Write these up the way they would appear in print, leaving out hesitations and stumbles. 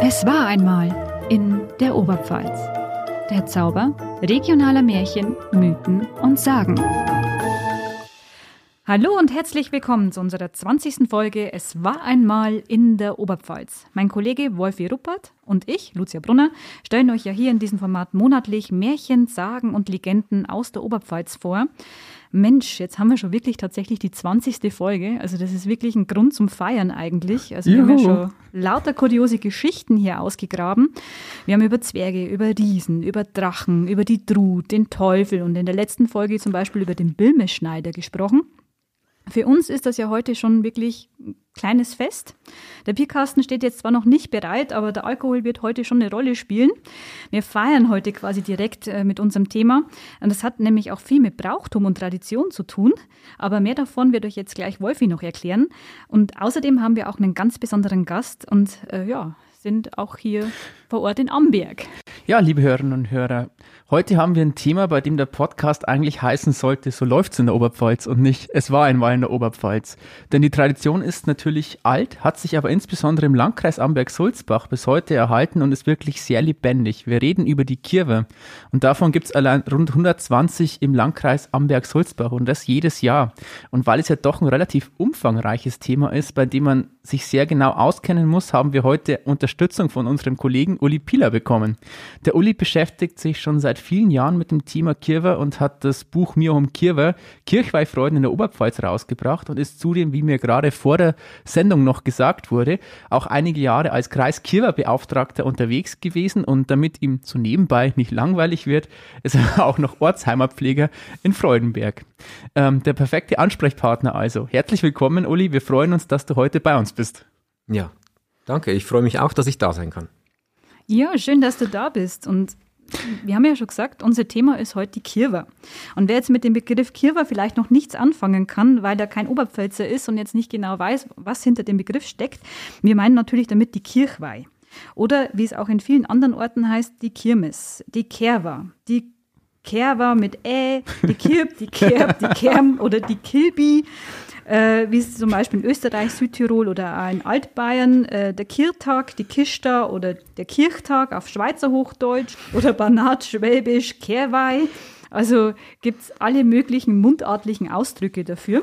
Es war einmal in der Oberpfalz. Der Zauber regionaler Märchen, Mythen und Sagen. Hallo und herzlich willkommen zu unserer 20. Folge Es war einmal in der Oberpfalz. Mein Kollege Wolfi Ruppert und ich, Lucia Brunner, stellen euch ja hier in diesem Format monatlich Märchen, Sagen und Legenden aus der Oberpfalz vor. Mensch, jetzt haben wir schon wirklich tatsächlich die 20. Folge. Also das ist wirklich ein Grund zum Feiern eigentlich. Also wir haben ja schon lauter kuriose Geschichten hier ausgegraben. Wir haben über Zwerge, über Riesen, über Drachen, über die Drut, den Teufel und in der letzten Folge zum Beispiel über den Bilmeschneider gesprochen. Für uns ist das ja heute schon wirklich ein kleines Fest. Der Bierkasten steht jetzt zwar noch nicht bereit, aber der Alkohol wird heute schon eine Rolle spielen. Wir feiern heute quasi direkt mit unserem Thema. Und das hat nämlich auch viel mit Brauchtum und Tradition zu tun. Aber mehr davon wird euch jetzt gleich Wolfi noch erklären. Und außerdem haben wir auch einen ganz besonderen Gast und sind auch hier vor Ort in Amberg. Ja, liebe Hörerinnen und Hörer, heute haben wir ein Thema, bei dem der Podcast eigentlich heißen sollte, so läuft's in der Oberpfalz und nicht, es war einmal in der Oberpfalz. Denn die Tradition ist natürlich alt, hat sich aber insbesondere im Landkreis Amberg-Sulzbach bis heute erhalten und ist wirklich sehr lebendig. Wir reden über die Kirwa und davon gibt's allein rund 120 im Landkreis Amberg-Sulzbach und das jedes Jahr. Und weil es ja doch ein relativ umfangreiches Thema ist, bei dem man sich sehr genau auskennen muss, haben wir heute Unterstützung von unserem Kollegen Uli Pieler bekommen. Der Uli beschäftigt sich schon seit vielen Jahren mit dem Thema Kirwa und hat das Buch Mir um Kirwa, Kirchweihfreuden in der Oberpfalz rausgebracht und ist zudem, wie mir gerade vor der Sendung noch gesagt wurde, auch einige Jahre als Kreis-Kirwa-Beauftragter unterwegs gewesen und damit ihm so nebenbei nicht langweilig wird, ist er auch noch Ortsheimatpfleger in Freudenberg. Der perfekte Ansprechpartner also. Herzlich willkommen, Uli. Wir freuen uns, dass du heute bei uns bist. Ja, danke. Ich freue mich auch, dass ich da sein kann. Ja, schön, dass du da bist. Und wir haben ja schon gesagt, unser Thema ist heute die Kirwa. Und wer jetzt mit dem Begriff Kirwa vielleicht noch nichts anfangen kann, weil er kein Oberpfälzer ist und jetzt nicht genau weiß, was hinter dem Begriff steckt, wir meinen natürlich damit die Kirchweih. Oder wie es auch in vielen anderen Orten heißt, die Kirmes, die Kerwa, die Kerwa mit die Kirb, die Kerb, die Kerm oder die Kilbi. Wie es zum Beispiel in Österreich, Südtirol oder auch in Altbayern der Kirtag, die Kista oder der Kirchtag auf Schweizer Hochdeutsch oder Banat, Schwäbisch, Kehrweih. Also gibt es alle möglichen mundartlichen Ausdrücke dafür.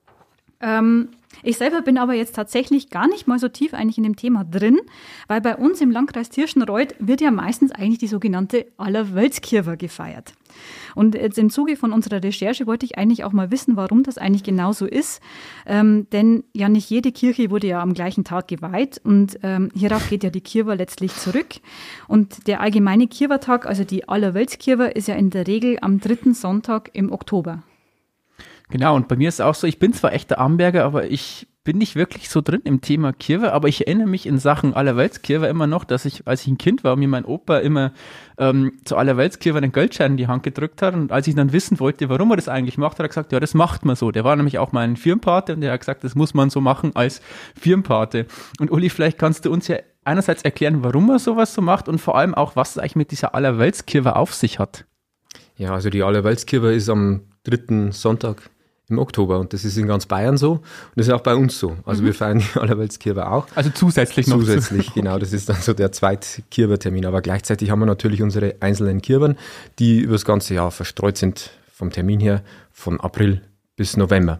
Ich selber bin aber jetzt tatsächlich gar nicht mal so tief eigentlich in dem Thema drin, weil bei uns im Landkreis Tirschenreuth wird ja meistens eigentlich die sogenannte Allerweltskirwa gefeiert. Und jetzt im Zuge von unserer Recherche wollte ich eigentlich auch mal wissen, warum das eigentlich genau so ist. Denn ja nicht jede Kirche wurde ja am gleichen Tag geweiht und hierauf geht ja die Kirwa letztlich zurück. Und der allgemeine Kirwa-Tag, also die Allerweltskirwa, ist ja in der Regel am 3. Sonntag im Oktober. Genau, und bei mir ist es auch so, ich bin zwar echter Amberger, aber ich bin nicht wirklich so drin im Thema Kirwa, aber ich erinnere mich in Sachen Allerweltskirwa immer noch, dass ich, als ich ein Kind war, mir mein Opa immer zur Allerweltskirwa einen Geldschein in die Hand gedrückt hat und als ich dann wissen wollte, warum er das eigentlich macht, hat er gesagt, ja, das macht man so. Der war nämlich auch mein Firmenpate und der hat gesagt, das muss man so machen als Firmenpate. Und Uli, vielleicht kannst du uns ja einerseits erklären, warum er sowas so macht und vor allem auch, was es eigentlich mit dieser Allerweltskirwa auf sich hat. Ja, also die Allerweltskirwa ist am 3. Sonntag im Oktober und das ist in ganz Bayern so und das ist auch bei uns so. Also wir feiern die Allerweltskirwa auch. Also zusätzlich noch. Zusätzlich, genau. Das ist dann so der zweite Kirwa-Termin. Aber gleichzeitig haben wir natürlich unsere einzelnen Kirwan, die über das ganze Jahr verstreut sind vom Termin her, von April bis November.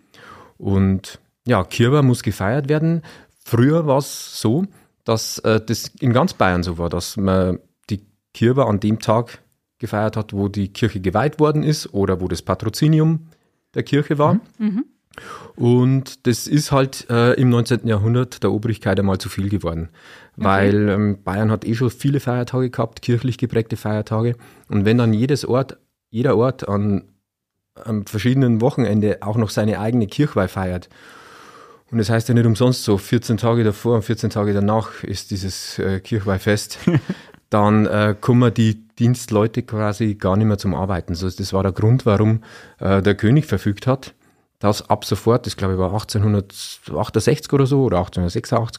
Und ja, Kirwa muss gefeiert werden. Früher war es so, dass das in ganz Bayern so war, dass man die Kirwa an dem Tag gefeiert hat, wo die Kirche geweiht worden ist oder wo das Patrozinium der Kirche war. Und das ist halt im 19. Jahrhundert der Obrigkeit einmal zu viel geworden, weil Bayern hat schon viele Feiertage gehabt, kirchlich geprägte Feiertage. Und wenn dann jeder Ort an einem verschiedenen Wochenende auch noch seine eigene Kirchweih feiert, und das heißt ja nicht umsonst so, 14 Tage davor und 14 Tage danach ist dieses Kirchweihfest, dann kommen die Dienstleute quasi gar nicht mehr zum Arbeiten. So, das war der Grund, warum der König verfügt hat, dass ab sofort, das glaube ich war 1868 oder so, oder 1886,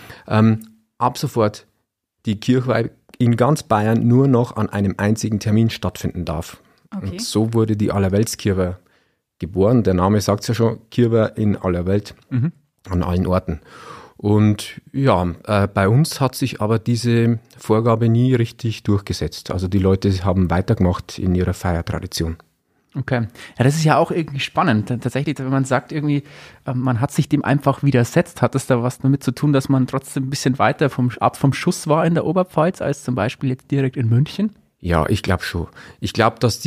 ab sofort die Kirchweih in ganz Bayern nur noch an einem einzigen Termin stattfinden darf. Okay. Und so wurde die Allerweltskirwa geboren. Der Name sagt es ja schon, Kirwa in aller Welt, an allen Orten. Und ja, bei uns hat sich aber diese Vorgabe nie richtig durchgesetzt. Also die Leute haben weitergemacht in ihrer Feiertradition. Okay. Ja, das ist ja auch irgendwie spannend. Tatsächlich, wenn man sagt irgendwie, man hat sich dem einfach widersetzt, hat das da was damit zu tun, dass man trotzdem ein bisschen weiter ab vom Schuss war in der Oberpfalz, als zum Beispiel jetzt direkt in München? Ja, ich glaube schon. Ich glaube, dass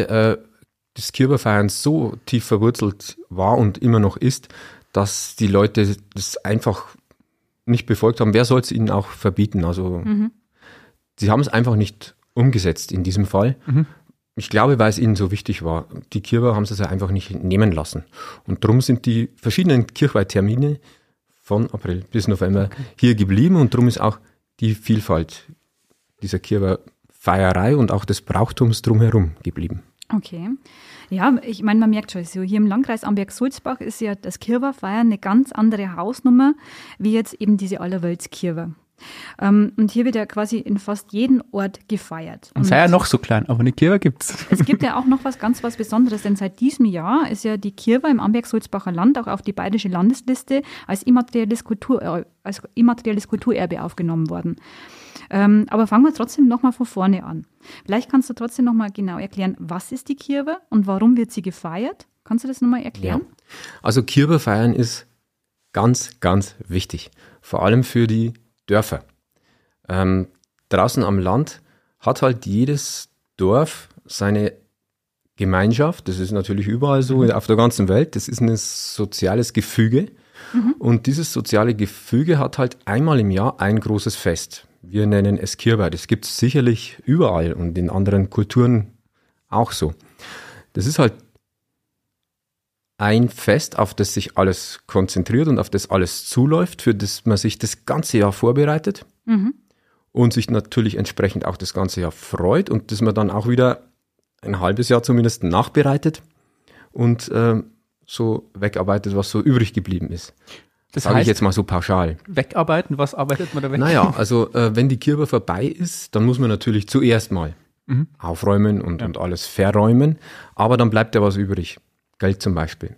das Kirberfeiern so tief verwurzelt war und immer noch ist, dass die Leute das einfach nicht befolgt haben. Wer soll es ihnen auch verbieten? Also sie haben es einfach nicht umgesetzt in diesem Fall. Ich glaube, weil es ihnen so wichtig war. Die Kirber haben es also einfach nicht nehmen lassen. Und darum sind die verschiedenen Kirchweihtermine von April bis November hier geblieben. Und darum ist auch die Vielfalt dieser Kirberfeierei und auch des Brauchtums drumherum geblieben. Okay. Ja, ich meine, man merkt schon, so hier im Landkreis Amberg-Sulzbach ist ja das Kirberfeiern eine ganz andere Hausnummer, wie jetzt eben diese Allerweltskirber. Und hier wird ja quasi in fast jedem Ort gefeiert. Und sei ja noch so klein, aber eine Kirwa gibt's. Es gibt ja auch noch was Besonderes, denn seit diesem Jahr ist ja die Kirwa im Amberg-Sulzbacher Land auch auf die bayerische Landesliste als immaterielles Kulturerbe aufgenommen worden. Aber fangen wir trotzdem nochmal von vorne an. Vielleicht kannst du trotzdem nochmal genau erklären, was ist die Kirwa und warum wird sie gefeiert? Kannst du das nochmal erklären? Ja. Also Kirwa feiern ist ganz, ganz wichtig. Vor allem für die Dörfer. Draußen am Land hat halt jedes Dorf seine Gemeinschaft. Das ist natürlich überall so, auf der ganzen Welt. Das ist ein soziales Gefüge. Und dieses soziale Gefüge hat halt einmal im Jahr ein großes Fest. Wir nennen es Kirwa. Das gibt es sicherlich überall und in anderen Kulturen auch so. Das ist halt ein Fest, auf das sich alles konzentriert und auf das alles zuläuft, für das man sich das ganze Jahr vorbereitet und sich natürlich entsprechend auch das ganze Jahr freut und das man dann auch wieder ein halbes Jahr zumindest nachbereitet und so wegarbeitet, was so übrig geblieben ist. Das sage ich jetzt mal so pauschal. Wegarbeiten, was arbeitet man da weg? Naja, also wenn die Kirwa vorbei ist, dann muss man natürlich zuerst mal aufräumen und alles verräumen, aber dann bleibt ja was übrig. Geld zum Beispiel.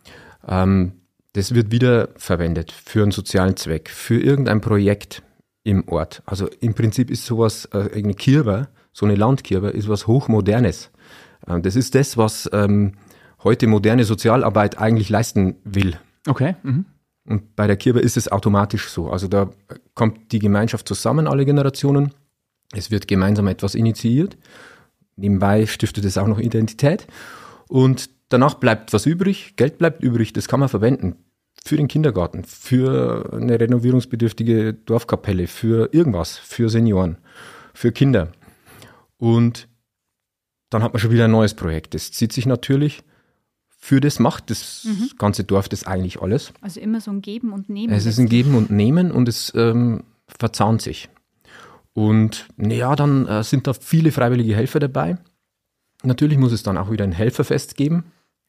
Das wird wieder verwendet für einen sozialen Zweck, für irgendein Projekt im Ort. Also im Prinzip ist sowas, eine Kirwa, so eine Landkirwa, ist was Hochmodernes. Das ist das, was heute moderne Sozialarbeit eigentlich leisten will. Okay. Und bei der Kirwa ist es automatisch so. Also da kommt die Gemeinschaft zusammen, alle Generationen. Es wird gemeinsam etwas initiiert. Nebenbei stiftet es auch noch Identität. Und danach bleibt was übrig, Geld bleibt übrig, das kann man verwenden. Für den Kindergarten, für eine renovierungsbedürftige Dorfkapelle, für irgendwas, für Senioren, für Kinder. Und dann hat man schon wieder ein neues Projekt. Das zieht sich natürlich. Für das macht das ganze Dorf das eigentlich alles. Also immer so ein Geben und Nehmen. Es ist ein Geben und Nehmen und es verzahnt sich. Und ja, dann sind da viele freiwillige Helfer dabei. Natürlich muss es dann auch wieder ein Helferfest geben.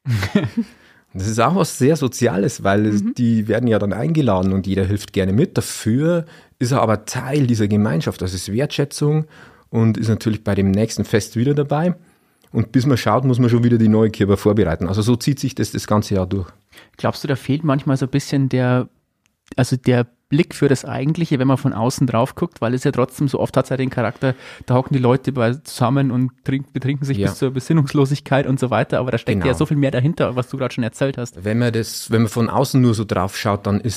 Das ist auch was sehr Soziales, weil die werden ja dann eingeladen und jeder hilft gerne mit. Dafür ist er aber Teil dieser Gemeinschaft. Das ist Wertschätzung und ist natürlich bei dem nächsten Fest wieder dabei. Und bis man schaut, muss man schon wieder die neue Kirwa vorbereiten. Also so zieht sich das ganze Jahr durch. Glaubst du, da fehlt manchmal so ein bisschen der Blick für das Eigentliche, wenn man von außen drauf guckt, weil es ja trotzdem so oft hat es ja den Charakter, da hocken die Leute zusammen und betrinken sich bis zur Besinnungslosigkeit und so weiter, aber da steckt ja so viel mehr dahinter, was du gerade schon erzählt hast. Wenn man von außen nur so drauf schaut, dann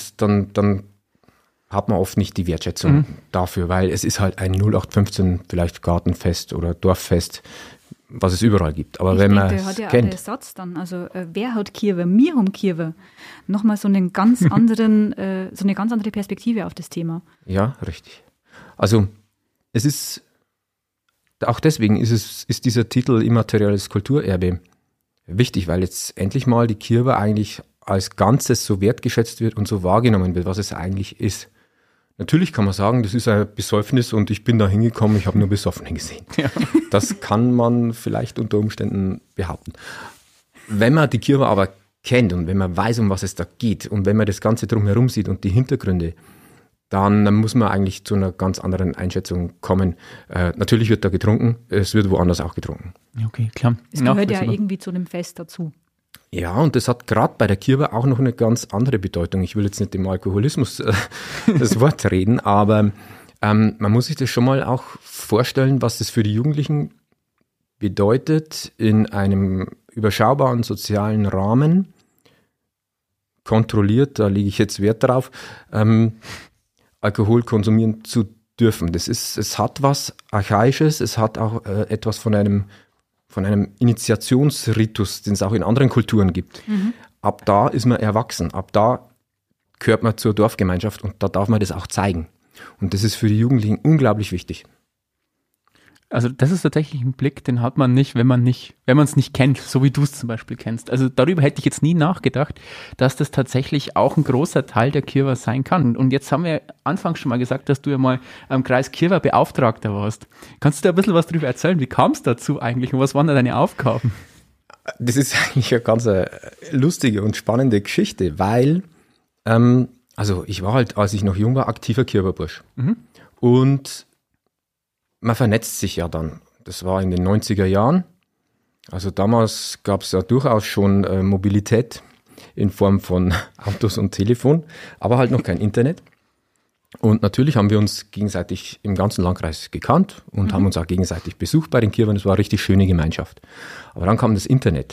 hat man oft nicht die Wertschätzung dafür, weil es ist halt ein 0815 vielleicht Gartenfest oder Dorffest, was es überall gibt. Aber wenn man es kennt. Der Satz dann, also wer hat Kirwa, mir um Kirwa, nochmal so eine ganz andere Perspektive auf das Thema. Ja, richtig. Also es ist, auch deswegen ist dieser Titel immaterielles Kulturerbe wichtig, weil jetzt endlich mal die Kirwa eigentlich als Ganzes so wertgeschätzt wird und so wahrgenommen wird, was es eigentlich ist. Natürlich kann man sagen, das ist ein Besäufnis und ich bin da hingekommen, ich habe nur Besoffene gesehen. Ja. Das kann man vielleicht unter Umständen behaupten. Wenn man die Kirwa aber kennt und wenn man weiß, um was es da geht und wenn man das Ganze drumherum sieht und die Hintergründe, dann muss man eigentlich zu einer ganz anderen Einschätzung kommen. Natürlich wird da getrunken, es wird woanders auch getrunken. Okay, klar. Es gehört ja irgendwie zu einem Fest dazu. Ja, und das hat gerade bei der Kirwa auch noch eine ganz andere Bedeutung. Ich will jetzt nicht dem Alkoholismus das Wort reden, aber man muss sich das schon mal auch vorstellen, was das für die Jugendlichen bedeutet, in einem überschaubaren sozialen Rahmen, kontrolliert, da lege ich jetzt Wert drauf, Alkohol konsumieren zu dürfen. Es hat was Archaisches, es hat auch etwas von einem Initiationsritus, den es auch in anderen Kulturen gibt. Ab da ist man erwachsen, ab da gehört man zur Dorfgemeinschaft und da darf man das auch zeigen. Und das ist für die Jugendlichen unglaublich wichtig. Also das ist tatsächlich ein Blick, den hat man nicht, wenn man es nicht kennt, so wie du es zum Beispiel kennst. Also darüber hätte ich jetzt nie nachgedacht, dass das tatsächlich auch ein großer Teil der Kirwa sein kann. Und jetzt haben wir anfangs schon mal gesagt, dass du ja mal am Kreis Kirwa Beauftragter warst. Kannst du da ein bisschen was darüber erzählen? Wie kam es dazu eigentlich und was waren da deine Aufgaben? Das ist eigentlich eine ganz lustige und spannende Geschichte, weil also ich war halt, als ich noch jung war, aktiver Kirwa-Bursch. Und man vernetzt sich ja dann. Das war in den 90er Jahren. Also damals gab es ja durchaus schon Mobilität in Form von Autos und Telefon, aber halt noch kein Internet. Und natürlich haben wir uns gegenseitig im ganzen Landkreis gekannt und haben uns auch gegenseitig besucht bei den Kirwen. Das war eine richtig schöne Gemeinschaft. Aber dann kam das Internet.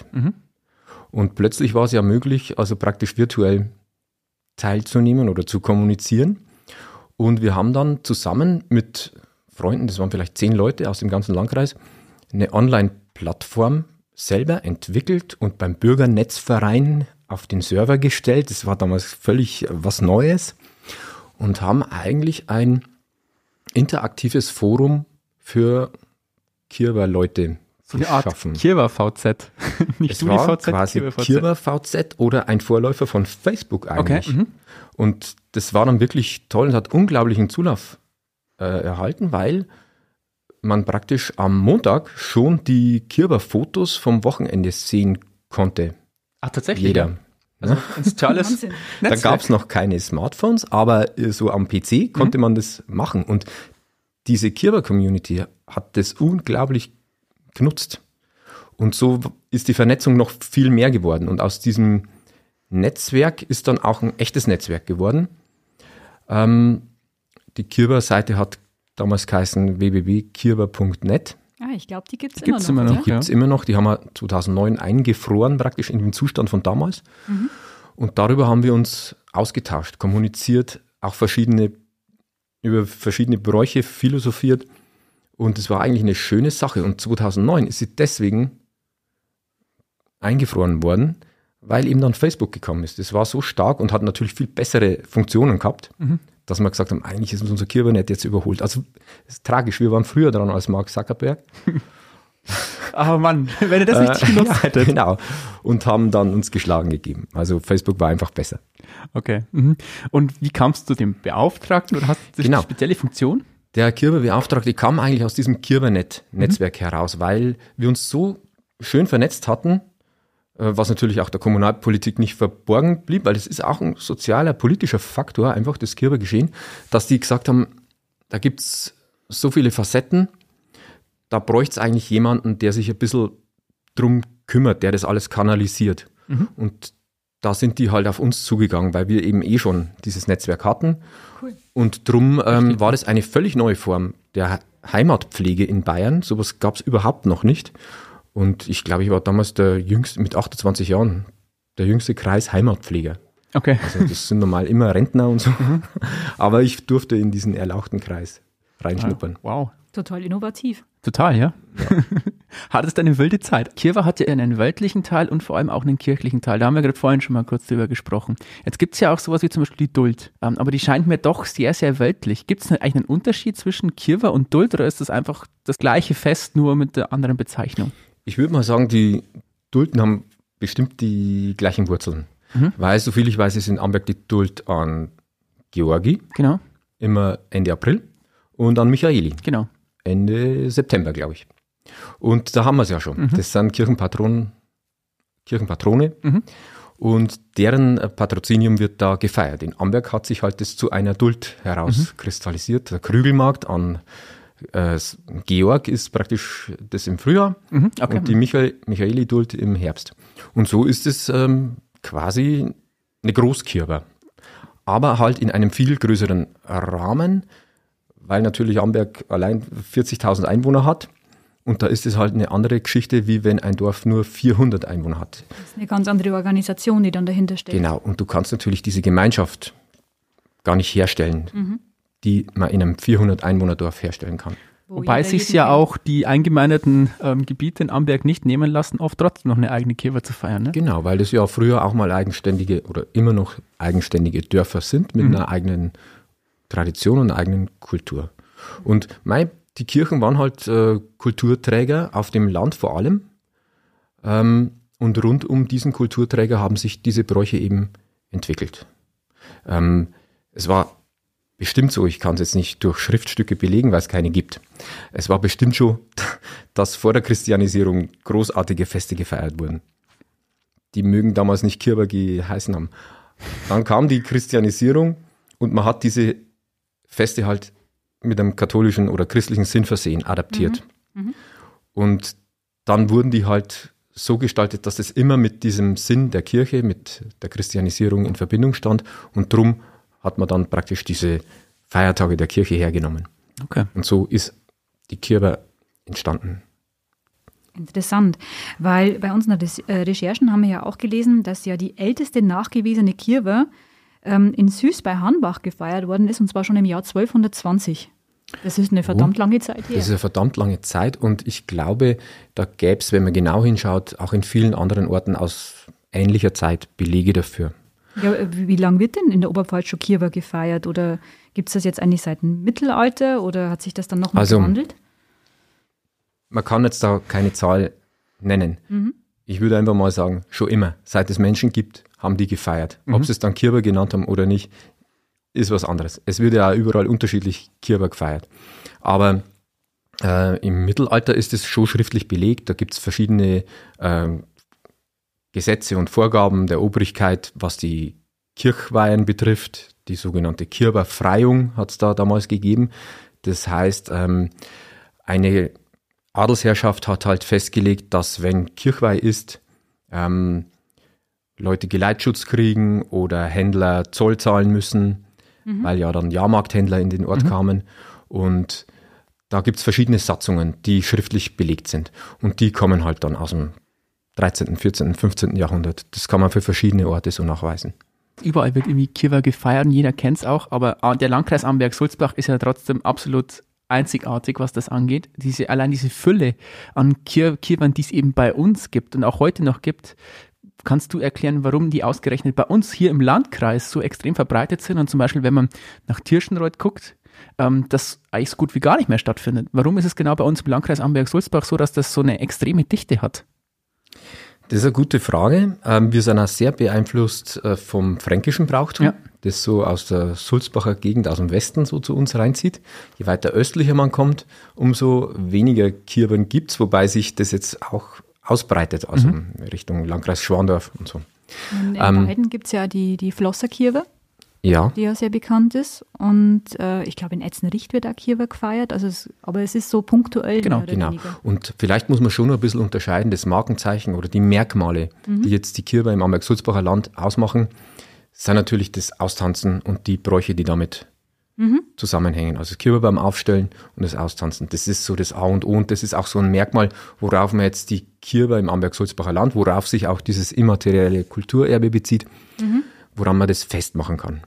Und plötzlich war es ja möglich, also praktisch virtuell teilzunehmen oder zu kommunizieren. Und wir haben dann zusammen mit Freunden, das waren vielleicht 10 Leute aus dem ganzen Landkreis, eine Online-Plattform selber entwickelt und beim Bürgernetzverein auf den Server gestellt. Das war damals völlig was Neues und haben eigentlich ein interaktives Forum für Kirwa-Leute so eine Art Kirwa-VZ. Nicht es war quasi Kirwa-VZ oder ein Vorläufer von Facebook eigentlich. Okay. Und das war dann wirklich toll und hat unglaublichen Zulauf erhalten, weil man praktisch am Montag schon die Kirwa-Fotos vom Wochenende sehen konnte. Ach, tatsächlich? Jeder. Also ein soziales Da gab es noch keine Smartphones, aber so am PC konnte man das machen. Und diese Kirwa-Community hat das unglaublich genutzt. Und so ist die Vernetzung noch viel mehr geworden. Und aus diesem Netzwerk ist dann auch ein echtes Netzwerk geworden. Die Kirwa-Seite hat damals geheißen www.kirwa.net. Ich glaube, die gibt es immer noch. Die gibt es immer noch. Die haben wir 2009 eingefroren, praktisch in den Zustand von damals. Und darüber haben wir uns ausgetauscht, kommuniziert, auch über verschiedene Bräuche philosophiert. Und es war eigentlich eine schöne Sache. Und 2009 ist sie deswegen eingefroren worden, weil eben dann Facebook gekommen ist. Das war so stark und hat natürlich viel bessere Funktionen gehabt, dass wir gesagt haben, eigentlich ist unser Kirwanet jetzt überholt. Also das ist tragisch, wir waren früher dran als Mark Zuckerberg. Aber Mann, wenn ihr das richtig genutzt hättet. Genau. Und haben dann uns geschlagen gegeben. Also Facebook war einfach besser. Okay. Und wie kamst du dem Beauftragten oder hast du eine spezielle Funktion? Der Kirwa-Beauftragte kam eigentlich aus diesem Kirwanet-Netzwerk heraus, weil wir uns so schön vernetzt hatten, was natürlich auch der Kommunalpolitik nicht verborgen blieb, weil es ist auch ein sozialer, politischer Faktor, einfach das Kirwa-Geschehen, dass die gesagt haben, da gibt es so viele Facetten, da bräuchte es eigentlich jemanden, der sich ein bisschen drum kümmert, der das alles kanalisiert. Und da sind die halt auf uns zugegangen, weil wir eben schon dieses Netzwerk hatten. Cool. Und drum war das eine völlig neue Form der Heimatpflege in Bayern. Sowas gab es überhaupt noch nicht. Und ich glaube, ich war damals der jüngste, mit 28 Jahren, der jüngste Kreis Heimatpfleger. Okay. Also das sind normal immer Rentner und so. Aber ich durfte in diesen erlauchten Kreis reinschnuppern. Wow. Total innovativ. Total, ja. Hattest du eine wilde Zeit. Kirwa hat ja einen weltlichen Teil und vor allem auch einen kirchlichen Teil. Da haben wir gerade vorhin schon mal kurz drüber gesprochen. Jetzt gibt es ja auch sowas wie zum Beispiel die Duld. Aber die scheint mir doch sehr, sehr weltlich. Gibt es eigentlich einen Unterschied zwischen Kirwa und Duld oder ist das einfach das gleiche Fest, nur mit der anderen Bezeichnung? Ich würde mal sagen, die Dulden haben bestimmt die gleichen Wurzeln. Weil, soviel ich weiß, ist in Amberg die Duld an Georgi. Genau. Immer Ende April. Und an Michaeli. Genau. Ende September, glaube ich. Und da haben wir es ja schon. Das sind Kirchenpatrone. Und deren Patrozinium wird da gefeiert. In Amberg hat sich halt das zu einer Duld herauskristallisiert. Der Krügelmarkt an Georg ist praktisch das im Frühjahr und die Michaeli dult im Herbst. Und so ist es quasi eine Großkirber. Aber halt in einem viel größeren Rahmen, weil natürlich Amberg allein 40.000 Einwohner hat. Und da ist es halt eine andere Geschichte, wie wenn ein Dorf nur 400 Einwohner hat. Das ist eine ganz andere Organisation, die dann dahinter steht. Genau, und du kannst natürlich diese Gemeinschaft gar nicht herstellen, die man in einem 400-Einwohner-Dorf herstellen kann. Wobei sich ja auch die eingemeindeten Gebiete in Amberg nicht nehmen lassen, oft trotzdem noch eine eigene Kirche zu feiern. Ne? Genau, weil das ja früher auch mal eigenständige oder immer noch eigenständige Dörfer sind mit einer eigenen Tradition und einer eigenen Kultur. Und die Kirchen waren halt Kulturträger auf dem Land vor allem. Und rund um diesen Kulturträger haben sich diese Bräuche eben entwickelt. Es war bestimmt so, ich kann es jetzt nicht durch Schriftstücke belegen, weil es keine gibt. Es war bestimmt schon, dass vor der Christianisierung großartige Feste gefeiert wurden. Die mögen damals nicht Kirber geheißen haben. Dann kam die Christianisierung und man hat diese Feste halt mit einem katholischen oder christlichen Sinnversehen adaptiert. Und dann wurden die halt so gestaltet, dass es immer mit diesem Sinn der Kirche, mit der Christianisierung in Verbindung stand. Und drum hat man dann praktisch diese Feiertage der Kirche hergenommen. Okay. Und so ist die Kirber entstanden. Interessant, weil bei unseren Recherchen haben wir ja auch gelesen, dass ja die älteste nachgewiesene Kirbe in Süß bei Hanbach gefeiert worden ist, und zwar schon im Jahr 1220. Das ist eine verdammt lange Zeit her. Das ist eine verdammt lange Zeit und ich glaube, da gäbe es, wenn man genau hinschaut, auch in vielen anderen Orten aus ähnlicher Zeit Belege dafür. Ja, wie lange wird denn in der Oberpfalz schon Kirber gefeiert? Oder gibt es das jetzt eigentlich seit dem Mittelalter oder hat sich das dann nochmal gewandelt? Man kann jetzt da keine Zahl nennen. Ich würde einfach mal sagen, schon immer, seit es Menschen gibt, haben die gefeiert. Ob sie es dann Kirber genannt haben oder nicht, ist was anderes. Es wird ja auch überall unterschiedlich Kirber gefeiert. Aber im Mittelalter ist es schon schriftlich belegt. Da gibt es verschiedene Gesetze und Vorgaben der Obrigkeit, was die Kirchweihen betrifft. Die sogenannte Kirberfreiung hat es da damals gegeben. Das heißt, eine Adelsherrschaft hat halt festgelegt, dass wenn Kirchweih ist, Leute Geleitschutz kriegen oder Händler Zoll zahlen müssen, weil ja dann Jahrmarkthändler in den Ort kamen. Und da gibt es verschiedene Satzungen, die schriftlich belegt sind. Und die kommen halt dann aus dem 13., 14., 15. Jahrhundert. Das kann man für verschiedene Orte so nachweisen. Überall wird irgendwie Kirwa gefeiert und jeder kennt es auch, aber der Landkreis Amberg-Sulzbach ist ja trotzdem absolut einzigartig, was das angeht. Allein diese Fülle an Kirwan, die es eben bei uns gibt und auch heute noch gibt. Kannst du erklären, warum die ausgerechnet bei uns hier im Landkreis so extrem verbreitet sind? Und zum Beispiel, wenn man nach Tirschenreuth guckt, das eigentlich so gut wie gar nicht mehr stattfindet. Warum ist es genau bei uns im Landkreis Amberg-Sulzbach so, dass das so eine extreme Dichte hat? Das ist eine gute Frage. Wir sind auch sehr beeinflusst vom fränkischen Brauchtum, das so aus der Sulzbacher Gegend, aus dem Westen so zu uns reinzieht. Je weiter östlicher man kommt, umso weniger Kirben gibt es, wobei sich das jetzt auch ausbreitet, also Richtung Landkreis Schwandorf und so. In Weiden gibt es ja die Flosserkirbe, die ja sehr bekannt ist. Und ich glaube, in Etzenricht wird auch Kirbe gefeiert, aber es ist so punktuell. Genau. Und vielleicht muss man schon noch ein bisschen unterscheiden, das Markenzeichen oder die Merkmale, die jetzt die Kirbe im Amberg-Sulzbacher Land ausmachen, sind natürlich das Austanzen und die Bräuche, die damit zusammenhängen. Also das Kirbe beim Aufstellen und das Austanzen. Das ist so das A und O und das ist auch so ein Merkmal, worauf man jetzt die Kirbe im Amberg-Sulzbacher Land, worauf sich auch dieses immaterielle Kulturerbe bezieht, woran man das festmachen kann.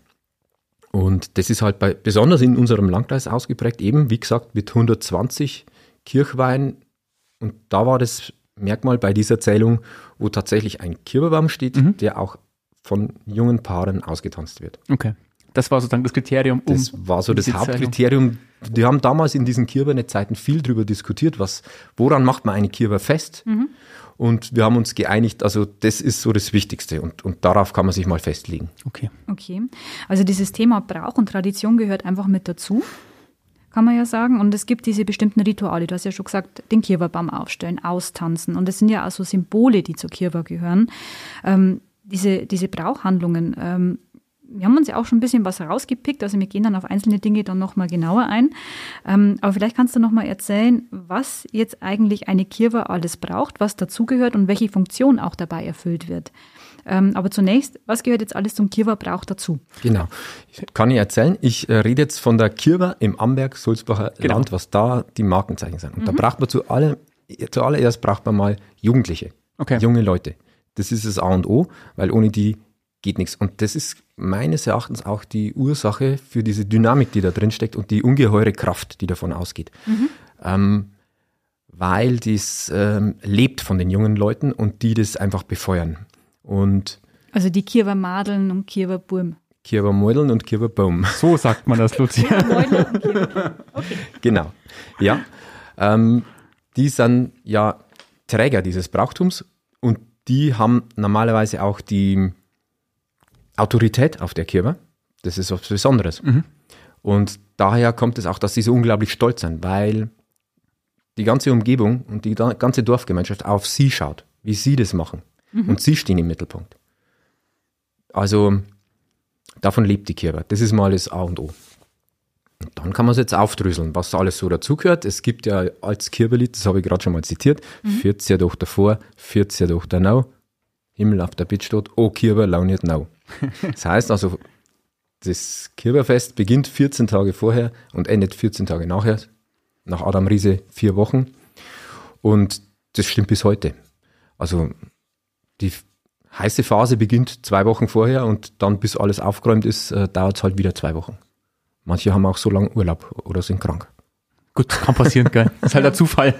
Und das ist halt besonders in unserem Landkreis ausgeprägt, eben wie gesagt mit 120 Kirchweihen. Und da war das Merkmal bei dieser Zählung, wo tatsächlich ein Kirbebaum steht, der auch von jungen Paaren ausgetanzt wird. Okay. Das war sozusagen das Kriterium. Das war so das Hauptkriterium. Die haben damals in diesen Kirbernetzzeiten viel darüber diskutiert, woran macht man eine Kirber fest? Und wir haben uns geeinigt, also das ist so das Wichtigste und darauf kann man sich mal festlegen. Okay. Also dieses Thema Brauch und Tradition gehört einfach mit dazu, kann man ja sagen. Und es gibt diese bestimmten Rituale, du hast ja schon gesagt, den Kirberbaum aufstellen, austanzen. Und das sind ja auch so Symbole, die zur Kirber gehören. Diese Brauchhandlungen, wir haben uns ja auch schon ein bisschen was rausgepickt, also wir gehen dann auf einzelne Dinge dann nochmal genauer ein. Aber vielleicht kannst du nochmal erzählen, was jetzt eigentlich eine Kirwa alles braucht, was dazugehört und welche Funktion auch dabei erfüllt wird. Aber zunächst, was gehört jetzt alles zum Kirwa-Brauch dazu? Genau, kann ich erzählen. Ich rede jetzt von der Kirwa im Amberg-Sulzbacher Land, was da die Markenzeichen sind. Und da braucht man zuallererst braucht man mal Jugendliche, junge Leute. Das ist das A und O, weil ohne die geht nichts. Und das ist meines Erachtens auch die Ursache für diese Dynamik, die da drin steckt und die ungeheure Kraft, die davon ausgeht. Weil das lebt von den jungen Leuten und die das einfach befeuern. Und also die Kirwa-Madeln und Kirwa-Burm. Kirwa-Mädeln und Kirwa-Baum. So sagt man das, Lucia. Kirwa-Mädeln und Kirwa-Baum. Okay. Genau, ja. Die sind ja Träger dieses Brauchtums und die haben normalerweise auch die Autorität auf der Kirwa. Das ist was Besonderes. Und daher kommt es auch, dass sie so unglaublich stolz sind, weil die ganze Umgebung und die ganze Dorfgemeinschaft auf sie schaut, wie sie das machen. Und sie stehen im Mittelpunkt. Also davon lebt die Kirwa. Das ist mal das A und O. Und dann kann man es jetzt aufdröseln, was alles so dazugehört. Es gibt ja als Kirberlied, das habe ich gerade schon mal zitiert, 40 durch davor, 40 durch danach, Himmel auf der Bitt steht, oh Kirber, launiert nau. Das heißt also, das Kirberfest beginnt 14 Tage vorher und endet 14 Tage nachher, nach Adam Riese 4 Wochen. Und das stimmt bis heute. Also die heiße Phase beginnt 2 Wochen vorher und dann, bis alles aufgeräumt ist, dauert es halt wieder 2 Wochen. Manche haben auch so lange Urlaub oder sind krank. Gut, kann passieren, gell? Das ist halt der Zufall.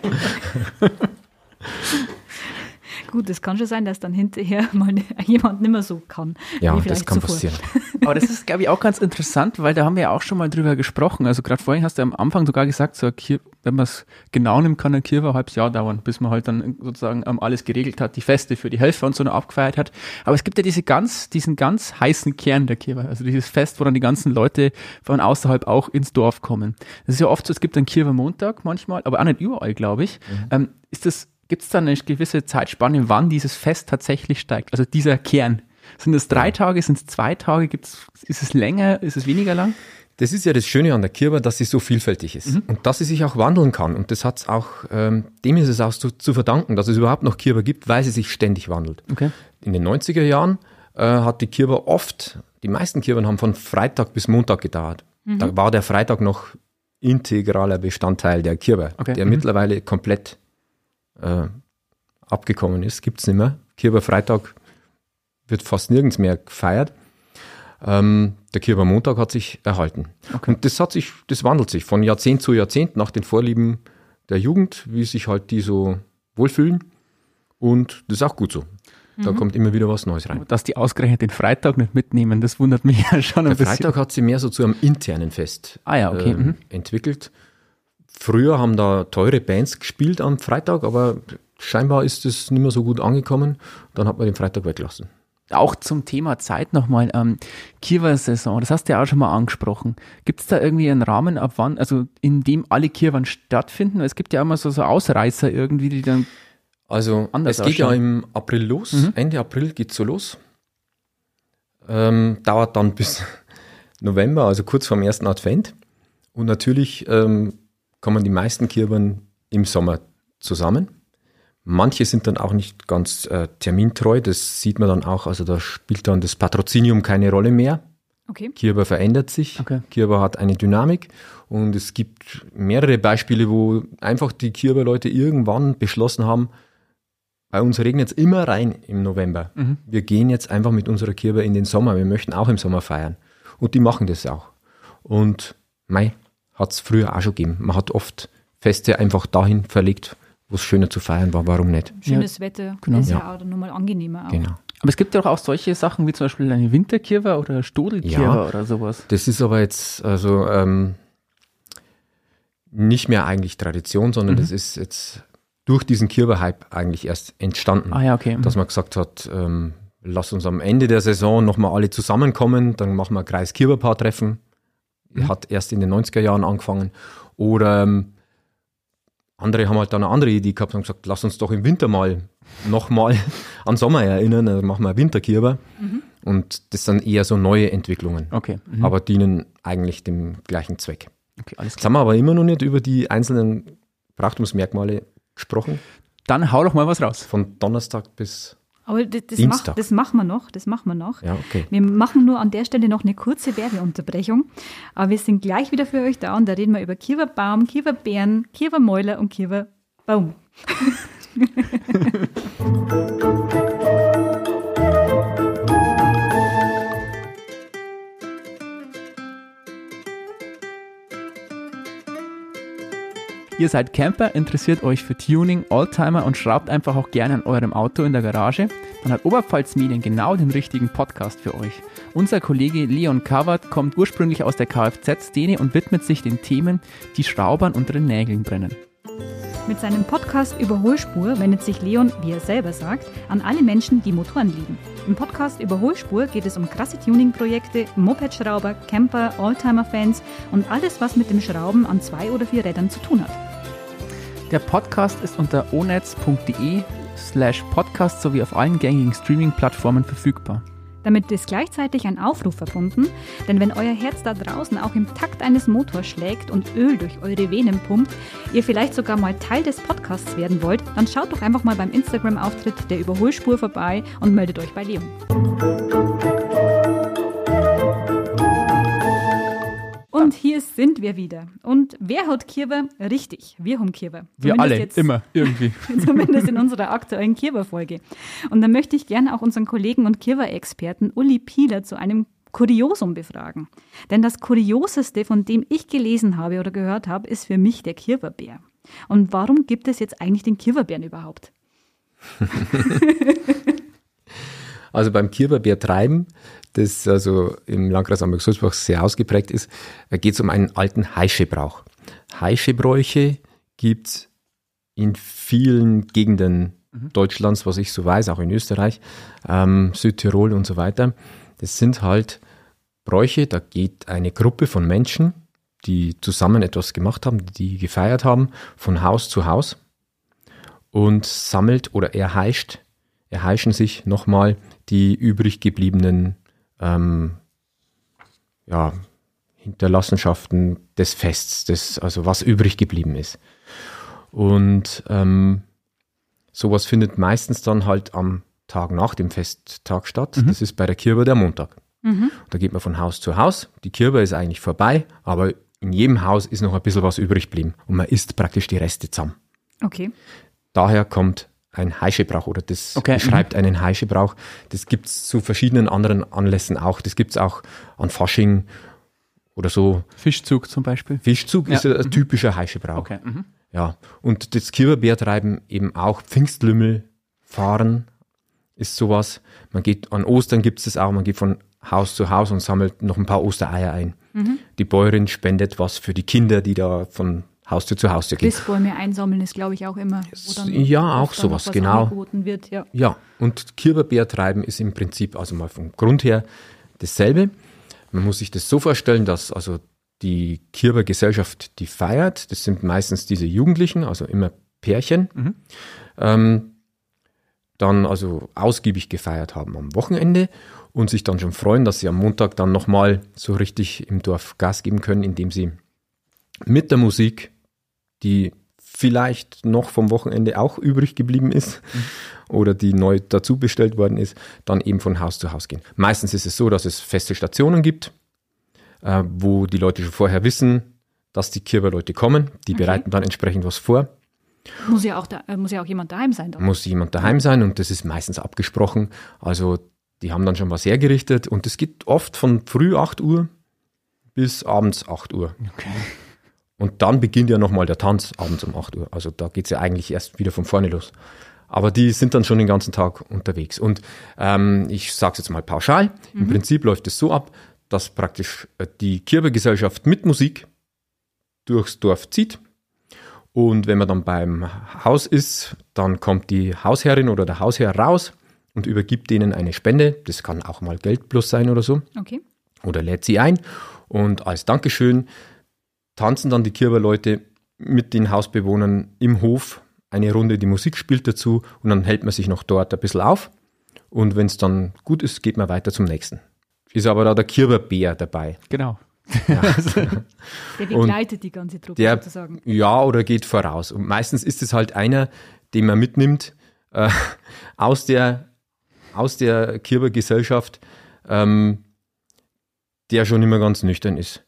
Gut, es kann schon sein, dass dann hinterher mal jemand nicht mehr so kann. Ja, das kann passieren. Aber das ist, glaube ich, auch ganz interessant, weil da haben wir ja auch schon mal drüber gesprochen. Also gerade vorhin hast du am Anfang sogar gesagt, so wenn man es genau nimmt, kann ein Kirwa ein halbes Jahr dauern, bis man halt dann sozusagen alles geregelt hat, die Feste für die Helfer und so noch abgefeiert hat. Aber es gibt ja diesen ganz heißen Kern der Kirwa, also dieses Fest, wo dann die ganzen Leute von außerhalb auch ins Dorf kommen. Das ist ja oft so, es gibt einen Kirwa-Montag manchmal, aber auch nicht überall, glaube ich. Gibt es da eine gewisse Zeitspanne, wann dieses Fest tatsächlich steigt? Also dieser Kern. Sind es 3 Tage, sind es 2 Tage? Ist es länger, ist es weniger lang? Das ist ja das Schöne an der Kirwa, dass sie so vielfältig ist und dass sie sich auch wandeln kann. Und das hat's auch, dem ist es auch zu verdanken, dass es überhaupt noch Kirwa gibt, weil sie sich ständig wandelt. Okay. In den 90er Jahren hat die Kirwa die meisten Kirwan haben von Freitag bis Montag gedauert. Da war der Freitag noch integraler Bestandteil der Kirwa, der mittlerweile komplett abgekommen ist, gibt es nicht mehr. Kirwa-Freitag wird fast nirgends mehr gefeiert. Der Kirwa-Montag hat sich erhalten. Okay. Und das wandelt sich von Jahrzehnt zu Jahrzehnt nach den Vorlieben der Jugend, wie sich halt die so wohlfühlen. Und das ist auch gut so. Da kommt immer wieder was Neues rein. Dass die ausgerechnet den Freitag nicht mitnehmen, das wundert mich ja schon ein bisschen. Der Freitag hat sie mehr so zu einem internen Fest entwickelt. Früher haben da teure Bands gespielt am Freitag, aber scheinbar ist es nicht mehr so gut angekommen. Dann hat man den Freitag weggelassen. Auch zum Thema Zeit nochmal, Kirwa-Saison, das hast du ja auch schon mal angesprochen. Gibt es da irgendwie einen Rahmen, ab wann, also in dem alle Kirwan stattfinden? Es gibt ja immer so Ausreißer irgendwie, die dann anders es geht ja im April los, Ende April geht es so los. Dauert dann bis November, also kurz vorm ersten Advent. Und natürlich kommen die meisten Kirwan im Sommer zusammen. Manche sind dann auch nicht ganz termintreu, das sieht man dann auch, also da spielt dann das Patrozinium keine Rolle mehr. Okay. Kirwa verändert sich, Kirwa hat eine Dynamik und es gibt mehrere Beispiele, wo einfach die Kirwa-Leute irgendwann beschlossen haben, bei uns regnet es immer rein im November. Wir gehen jetzt einfach mit unserer Kirwa in den Sommer, wir möchten auch im Sommer feiern. Und die machen das auch. Und hat es früher auch schon gegeben. Man hat oft Feste einfach dahin verlegt, wo es schöner zu feiern war, warum nicht? Schönes Wetter, ist ja auch nochmal angenehmer. Auch. Genau. Aber es gibt ja auch solche Sachen wie zum Beispiel eine Winterkirwa oder Stodelkirwa oder sowas. Das ist aber jetzt nicht mehr eigentlich Tradition, sondern das ist jetzt durch diesen Kirwa-Hype eigentlich erst entstanden. Dass man gesagt hat, lass uns am Ende der Saison nochmal alle zusammenkommen, dann machen wir ein Kreis-Kirwa-Paar-Treffen. Hat erst in den 90er Jahren angefangen. Oder andere haben halt dann eine andere Idee gehabt und gesagt, lass uns doch im Winter nochmal an Sommer erinnern, dann machen wir Winterkirwa. Und das sind eher so neue Entwicklungen, Okay. aber dienen eigentlich dem gleichen Zweck. Okay, alles Jetzt klar. haben wir aber immer noch nicht über die einzelnen Brauchtumsmerkmale gesprochen, Dann hau doch mal was raus. von Donnerstag bis, Aber Dienstag. das machen wir noch. ja, okay. Wir machen nur an der Stelle noch eine kurze Werbeunterbrechung. Aber wir sind gleich wieder für euch da und da reden wir über Kiewerbaum, Kiewerbeeren, Kiewermäuler und Kiewerbaum. Ihr seid Camper, interessiert euch für Tuning, Oldtimer und schraubt einfach auch gerne an eurem Auto in der Garage? Dann hat Oberpfalz Medien genau den richtigen Podcast für euch. Unser Kollege Leon Kawat kommt ursprünglich aus der Kfz-Szene und widmet sich den Themen, die Schraubern unter den Nägeln brennen. Mit seinem Podcast Überholspur wendet sich Leon, wie er selber sagt, an alle Menschen, die Motoren lieben. Im Podcast Überholspur geht es um krasse Tuning-Projekte, Moped-Schrauber, Camper, Oldtimer-Fans und alles, was mit dem Schrauben an 2 oder 4 Rädern zu tun hat. Der Podcast ist unter onetz.de/podcast sowie auf allen gängigen Streaming-Plattformen verfügbar. Damit ist gleichzeitig ein Aufruf verbunden, denn wenn euer Herz da draußen auch im Takt eines Motors schlägt und Öl durch eure Venen pumpt, ihr vielleicht sogar mal Teil des Podcasts werden wollt, dann schaut doch einfach mal beim Instagram-Auftritt der Überholspur vorbei und meldet euch bei Leon. Und hier sind wir wieder. Und wer hat Kiewer? Richtig, wir haben Kiewer. Wir Zumindest alle, jetzt- immer, irgendwie. Zumindest in unserer aktuellen Kiewer-Folge. Und da möchte ich gerne auch unseren Kollegen und Kiewer-Experten Uli Pieler zu einem Kuriosum befragen. Denn das Kurioseste, von dem ich gelesen habe oder gehört habe, ist für mich der Kiewerbär. Und warum gibt es jetzt eigentlich den Kiewerbären überhaupt? Also beim Kiewerbär-Treiben, das also im Landkreis Amberg-Sulzbach sehr ausgeprägt ist, geht es um einen alten Heischebrauch. Heischebräuche gibt es in vielen Gegenden Deutschlands, was ich so weiß, auch in Österreich, Südtirol und so weiter. Das sind halt Bräuche, da geht eine Gruppe von Menschen, die zusammen etwas gemacht haben, die gefeiert haben, von Haus zu Haus und sammelt oder erheischen sich nochmal die übrig gebliebenen Hinterlassenschaften des Fests, also was übrig geblieben ist. Und sowas findet meistens dann halt am Tag nach dem Festtag statt. Das ist bei der Kirbe der Montag. Da geht man von Haus zu Haus. Die Kirbe ist eigentlich vorbei, aber in jedem Haus ist noch ein bisschen was übrig geblieben und man isst praktisch die Reste zusammen. Okay. Daher kommt ein Heischebrauch oder das beschreibt einen Heischebrauch. Das gibt es zu verschiedenen anderen Anlässen auch. Das gibt es auch an Fasching oder so. Fischzug zum Beispiel. Fischzug ist ein typischer Heischebrauch. Okay. Ja, und das Kiewerbärtreiben eben auch. Pfingstlümmel fahren ist sowas. Man geht an Ostern gibt es das auch. Man geht von Haus zu Haus und sammelt noch ein paar Ostereier ein. Die Bäuerin spendet was für die Kinder, die da von Haustür zu Haustür gehen. Christbäume einsammeln ist, glaube ich, auch immer. Wo dann Ja, auch oft dann noch sowas, was genau. angeboten wird, ja. Ja, und Kiewerbärtreiben ist im Prinzip also mal vom Grund her dasselbe. Man muss sich das so vorstellen, dass also die Kiewergesellschaft, die feiert, das sind meistens diese Jugendlichen, also immer Pärchen, dann also ausgiebig gefeiert haben am Wochenende und sich dann schon freuen, dass sie am Montag dann nochmal so richtig im Dorf Gas geben können, indem sie mit der Musik, die vielleicht noch vom Wochenende auch übrig geblieben ist oder die neu dazu bestellt worden ist, dann eben von Haus zu Haus gehen. Meistens ist es so, dass es feste Stationen gibt, wo die Leute schon vorher wissen, dass die Kiewerleute kommen. Die bereiten dann entsprechend was vor. Muss ja auch jemand daheim sein. Dann. Muss jemand daheim sein und das ist meistens abgesprochen. Also die haben dann schon was hergerichtet und es geht oft von früh 8 Uhr bis abends 8 Uhr. Okay. Und dann beginnt ja nochmal der Tanz abends um 8 Uhr. Also da geht es ja eigentlich erst wieder von vorne los. Aber die sind dann schon den ganzen Tag unterwegs. Und ich sage es jetzt mal pauschal. Im Prinzip läuft es so ab, dass praktisch die Kiewergesellschaft mit Musik durchs Dorf zieht. Und wenn man dann beim Haus ist, dann kommt die Hausherrin oder der Hausherr raus und übergibt denen eine Spende. Das kann auch mal Geld plus sein oder so. Okay. Oder lädt sie ein. Und als Dankeschön tanzen dann die Kiewerleute mit den Hausbewohnern im Hof eine Runde, die Musik spielt dazu und dann hält man sich noch dort ein bisschen auf und wenn es dann gut ist, geht man weiter zum nächsten. Ist aber da der Kirberbär dabei. Genau. Ja. Der begleitet die ganze Truppe sozusagen. Ja, oder geht voraus. Und meistens ist es halt einer, den man mitnimmt aus der Kirbergesellschaft, der schon immer ganz nüchtern ist.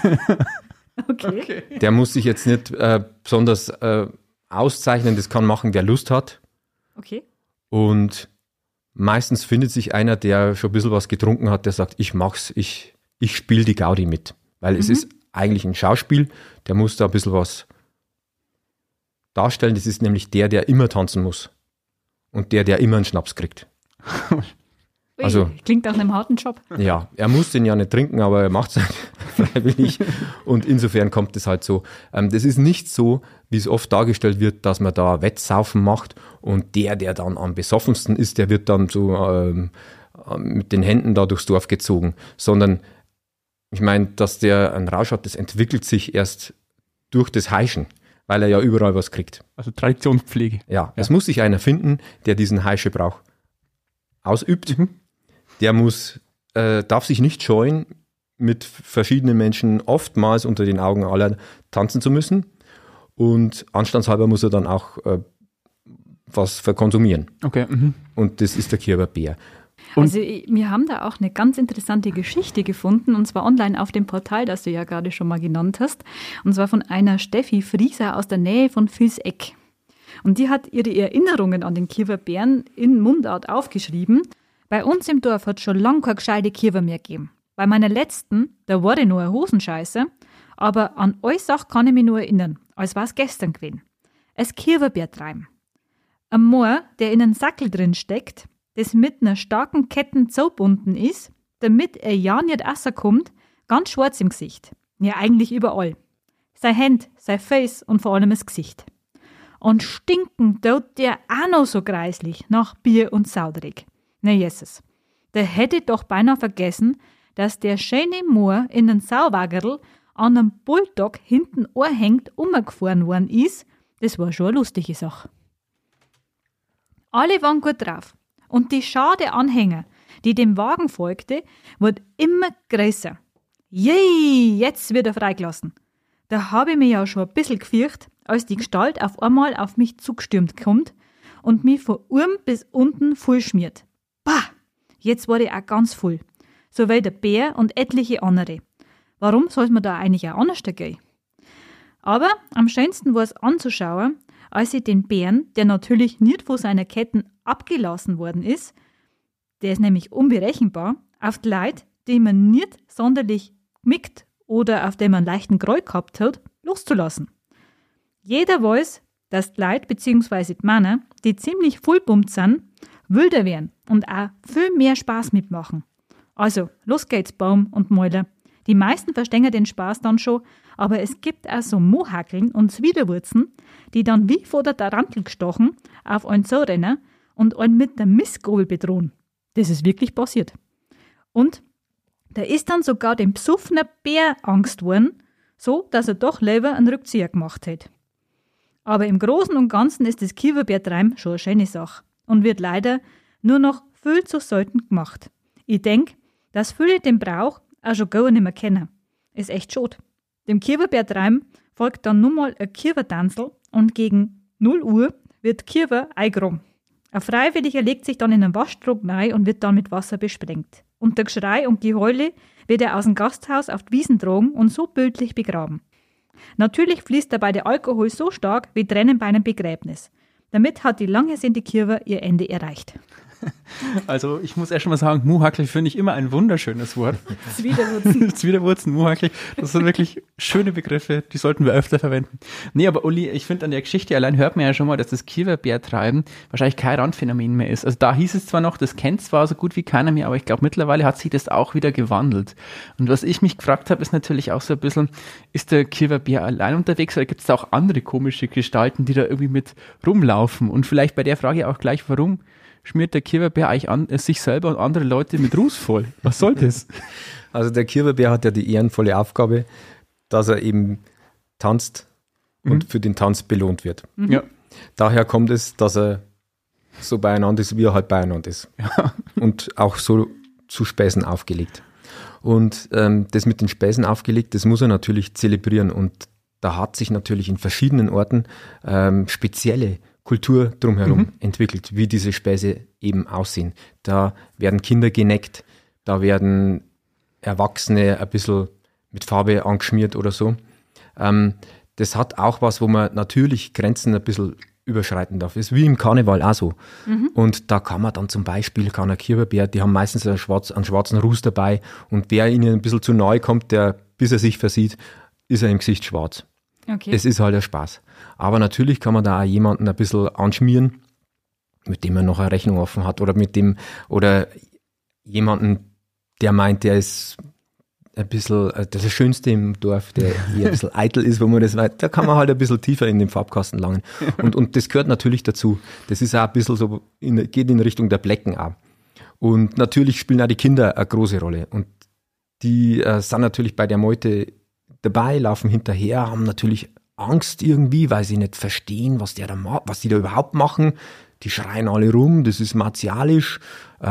Okay. Der muss sich jetzt nicht besonders auszeichnen, das kann machen, wer Lust hat. Okay. Und meistens findet sich einer, der schon ein bisschen was getrunken hat, der sagt, ich mach's, ich spiele die Gaudi mit. Weil es ist eigentlich ein Schauspiel, der muss da ein bisschen was darstellen. Das ist nämlich der immer tanzen muss. Und der immer einen Schnaps kriegt. Ui, Also- klingt nach einem harten Job. Ja, er muss den ja nicht trinken, aber er macht es halt freiwillig. Und insofern kommt es halt so. Das ist nicht so, wie es oft dargestellt wird, dass man da Wettsaufen macht und der dann am besoffensten ist, der wird dann so mit den Händen da durchs Dorf gezogen. Sondern, ich meine, dass der einen Rausch hat, das entwickelt sich erst durch das Heischen, weil er ja überall was kriegt. Also Traditionspflege. Ja, es muss sich einer finden, der diesen Heischebrauch ausübt. Der darf sich nicht scheuen, mit verschiedenen Menschen oftmals unter den Augen aller tanzen zu müssen. Und anstandshalber muss er dann auch was verkonsumieren. Okay. Und das ist der Kirberbär. Also wir haben da auch eine ganz interessante Geschichte gefunden, und zwar online auf dem Portal, das du ja gerade schon mal genannt hast. Und zwar von einer Steffi Frieser aus der Nähe von Vilseck. Und die hat ihre Erinnerungen an den Kirberbären in Mundart aufgeschrieben. Bei uns im Dorf hat schon lange keine gescheite Kirber mehr gegeben. Bei meiner letzten, da war ich nur eine Hosenscheiße, aber an euch Sache kann ich mich nur erinnern, als war es gestern gewesen. Es Kirberbärtreiben. Ein Moor, der in einem Sackel drin steckt, das mit einer starken Ketten zugebunden ist, damit er ja nicht rauskommt, ganz schwarz im Gesicht. Ja, eigentlich überall. Sein Hand, sein Face und vor allem das Gesicht. Und stinken tut der auch noch so greislich nach Bier und Saudrig. Na Jesus, der hätte doch beinahe vergessen, dass der schöne Moor in einem Sauwagerl an einem Bulldog hinten anhängt umgefahren worden ist. Das war schon eine lustige Sache. Alle waren gut drauf. Und die Schar der Anhänger, die dem Wagen folgte, wurde immer größer. Jei, jetzt wird er freigelassen. Da habe ich mich ja schon ein bisschen gefürchtet, als die Gestalt auf einmal auf mich zugestürmt kommt und mich von oben bis unten voll schmiert. Bah, jetzt war ich auch ganz voll. So wie der Bär und etliche andere. Warum soll man da eigentlich auch anders gehen? Aber am schönsten war es anzuschauen, als ich den Bären, der natürlich nicht von seiner Ketten abgelassen worden ist, der ist nämlich unberechenbar, auf die Leute, die man nicht sonderlich mickt oder auf die man leichten Groll gehabt hat, loszulassen. Jeder weiß, dass die Leute bzw. die Männer, die ziemlich vollpumpt sind, wilder werden und auch viel mehr Spaß mitmachen. Also, los geht's, Baum und Mäuler. Die meisten verstehen den Spaß dann schon, aber es gibt auch so Mohackeln und Zwiderwurzen, die dann wie vor der Tarantel gestochen auf einen zurennen und einen mit der Mistgabel bedrohen. Das ist wirklich passiert. Und da ist dann sogar dem besoffenen Bär Angst worden, so dass er doch lieber einen Rückzieher gemacht hat. Aber im Großen und Ganzen ist das Kirberbärtreiben schon eine schöne Sache und wird leider nur noch viel zu selten gemacht. Ich denke, dass viele den Brauch auch schon gar nicht mehr kennen. Ist echt schade. Dem Kirberbärtreiben folgt dann nun mal ein Kirbertanzel und gegen 0 Uhr wird Kirber eingeräumt. Ein Freiwilliger legt sich dann in einen Waschtrog rein und wird dann mit Wasser besprengt. Unter Geschrei und Geheule wird er aus dem Gasthaus auf die Wiesen tragen und so bildlich begraben. Natürlich fließt dabei der Alkohol so stark wie Tränen bei einem Begräbnis. Damit hat die lang ersehnte Kirbe ihr Ende erreicht. Also ich muss erst mal sagen, Mohackel finde ich immer ein wunderschönes Wort. Zwiderwurzen. Zwiderwurzen, Mohackel, das sind wirklich schöne Begriffe, die sollten wir öfter verwenden. Nee, aber Uli, ich finde an der Geschichte allein hört man ja schon mal, dass das Kirberbärtreiben wahrscheinlich kein Randphänomen mehr ist. Also da hieß es zwar noch, das kennt zwar so gut wie keiner mehr, aber ich glaube mittlerweile hat sich das auch wieder gewandelt. Und was ich mich gefragt habe, ist natürlich auch so ein bisschen, ist der Kirberbär allein unterwegs oder gibt es da auch andere komische Gestalten, die da irgendwie mit rumlaufen? Und vielleicht bei der Frage auch gleich, warum schmiert der Kirberbär eigentlich sich selber und andere Leute mit Ruß voll? Was soll das? Also der Kirberbär hat ja die ehrenvolle Aufgabe, dass er eben tanzt und für den Tanz belohnt wird. Ja. Daher kommt es, dass er so beieinander ist, wie er halt beieinander ist. Ja. Und auch so zu Späßen aufgelegt. Und das mit den Späßen aufgelegt, das muss er natürlich zelebrieren. Und da hat sich natürlich in verschiedenen Orten spezielle Kultur drumherum entwickelt, wie diese Späße eben aussehen. Da werden Kinder geneckt, da werden Erwachsene ein bisschen mit Farbe angeschmiert oder so. Das hat auch was, wo man natürlich Grenzen ein bisschen überschreiten darf. Ist wie im Karneval auch so. Und da kann man dann zum Beispiel, kann ein Kirberbär, die haben meistens einen schwarzen Ruß dabei und wer ihnen ein bisschen zu nahe kommt, bis er sich versieht, ist er im Gesicht schwarz. Okay. Das ist halt ein Spaß. Aber natürlich kann man da auch jemanden ein bisschen anschmieren, mit dem er noch eine Rechnung offen hat oder jemanden, der meint, der ist ein bisschen, das Schönste im Dorf, der hier ein bisschen eitel ist, wo man das weiß, da kann man halt ein bisschen tiefer in den Farbkasten langen. Und das gehört natürlich dazu. Das ist auch ein bisschen so, geht in Richtung der Blecken auch. Und natürlich spielen auch die Kinder eine große Rolle. Und die sind natürlich bei der Meute dabei, laufen hinterher, haben natürlich Angst irgendwie, weil sie nicht verstehen, was die da überhaupt machen. Die schreien alle rum, das ist martialisch.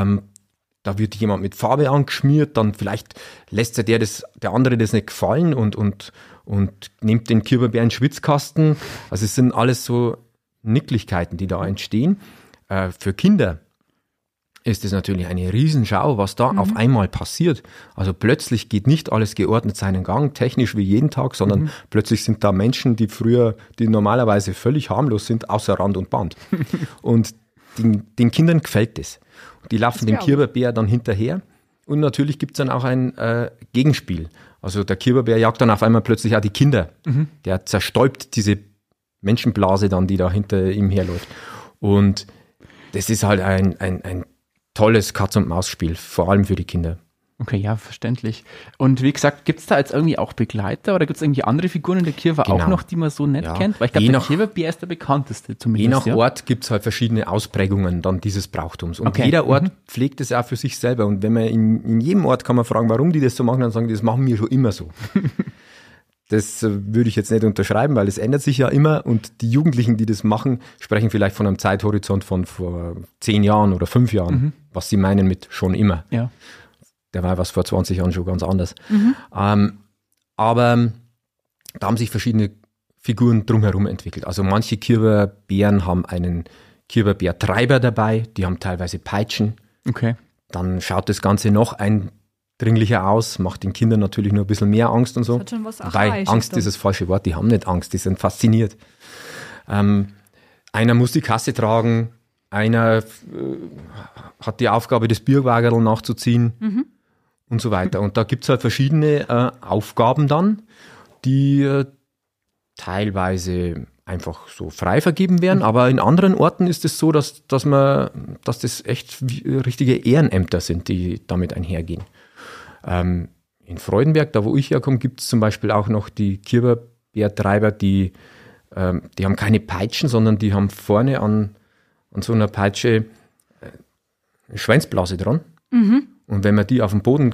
Da wird jemand mit Farbe angeschmiert, dann vielleicht lässt sich der andere das nicht gefallen und nimmt den Kirberbär in den Schwitzkasten. Also es sind alles so Nicklichkeiten, die da entstehen. Für Kinder ist es natürlich eine Riesenschau, was da auf einmal passiert. Also plötzlich geht nicht alles geordnet seinen Gang, technisch wie jeden Tag, sondern plötzlich sind da Menschen, die normalerweise völlig harmlos sind, außer Rand und Band. Und den Kindern gefällt das. Die laufen dem Kirberbär dann hinterher und natürlich gibt es dann auch ein Gegenspiel. Also der Kirberbär jagt dann auf einmal plötzlich auch die Kinder. Der zerstäubt diese Menschenblase dann, die da hinter ihm herläuft. Und das ist halt ein tolles Katz-und-Maus-Spiel, vor allem für die Kinder. Okay, ja, verständlich. Und wie gesagt, gibt es da jetzt irgendwie auch Begleiter oder gibt es irgendwie andere Figuren in der Kirche auch noch, die man so nicht kennt? Weil ich glaube, der Kirberbär ist der bekannteste zumindest. Je nach Ort gibt es halt verschiedene Ausprägungen dann dieses Brauchtums. Und jeder Ort pflegt es auch für sich selber. Und wenn man in jedem Ort kann man fragen, warum die das so machen, dann sagen die, das machen wir schon immer so. Das würde ich jetzt nicht unterschreiben, weil es ändert sich ja immer und die Jugendlichen, die das machen, sprechen vielleicht von einem Zeithorizont von vor 10 Jahren oder 5 Jahren, was sie meinen mit schon immer. Ja. Der war was vor 20 Jahren schon ganz anders. Aber da haben sich verschiedene Figuren drumherum entwickelt. Also manche Kirberbären haben einen Kirberbärtreiber dabei, die haben teilweise Peitschen. Okay. Dann schaut das Ganze noch eindringlicher aus, macht den Kindern natürlich nur ein bisschen mehr Angst und so. Das hat schon was Weil Angst ist das falsche Wort, die haben nicht Angst, die sind fasziniert. Einer muss die Kasse tragen, einer hat die Aufgabe, das Bierwagerl nachzuziehen. Und so weiter. Und da gibt es halt verschiedene Aufgaben dann, die teilweise einfach so frei vergeben werden, aber in anderen Orten ist es so, dass das echt richtige Ehrenämter sind, die damit einhergehen. In Freudenberg, da wo ich herkomme, gibt es zum Beispiel auch noch die Kirberbärtreiber, die haben keine Peitschen, sondern die haben vorne an so einer Peitsche eine Schwänzblase dran. Und wenn man die auf den Boden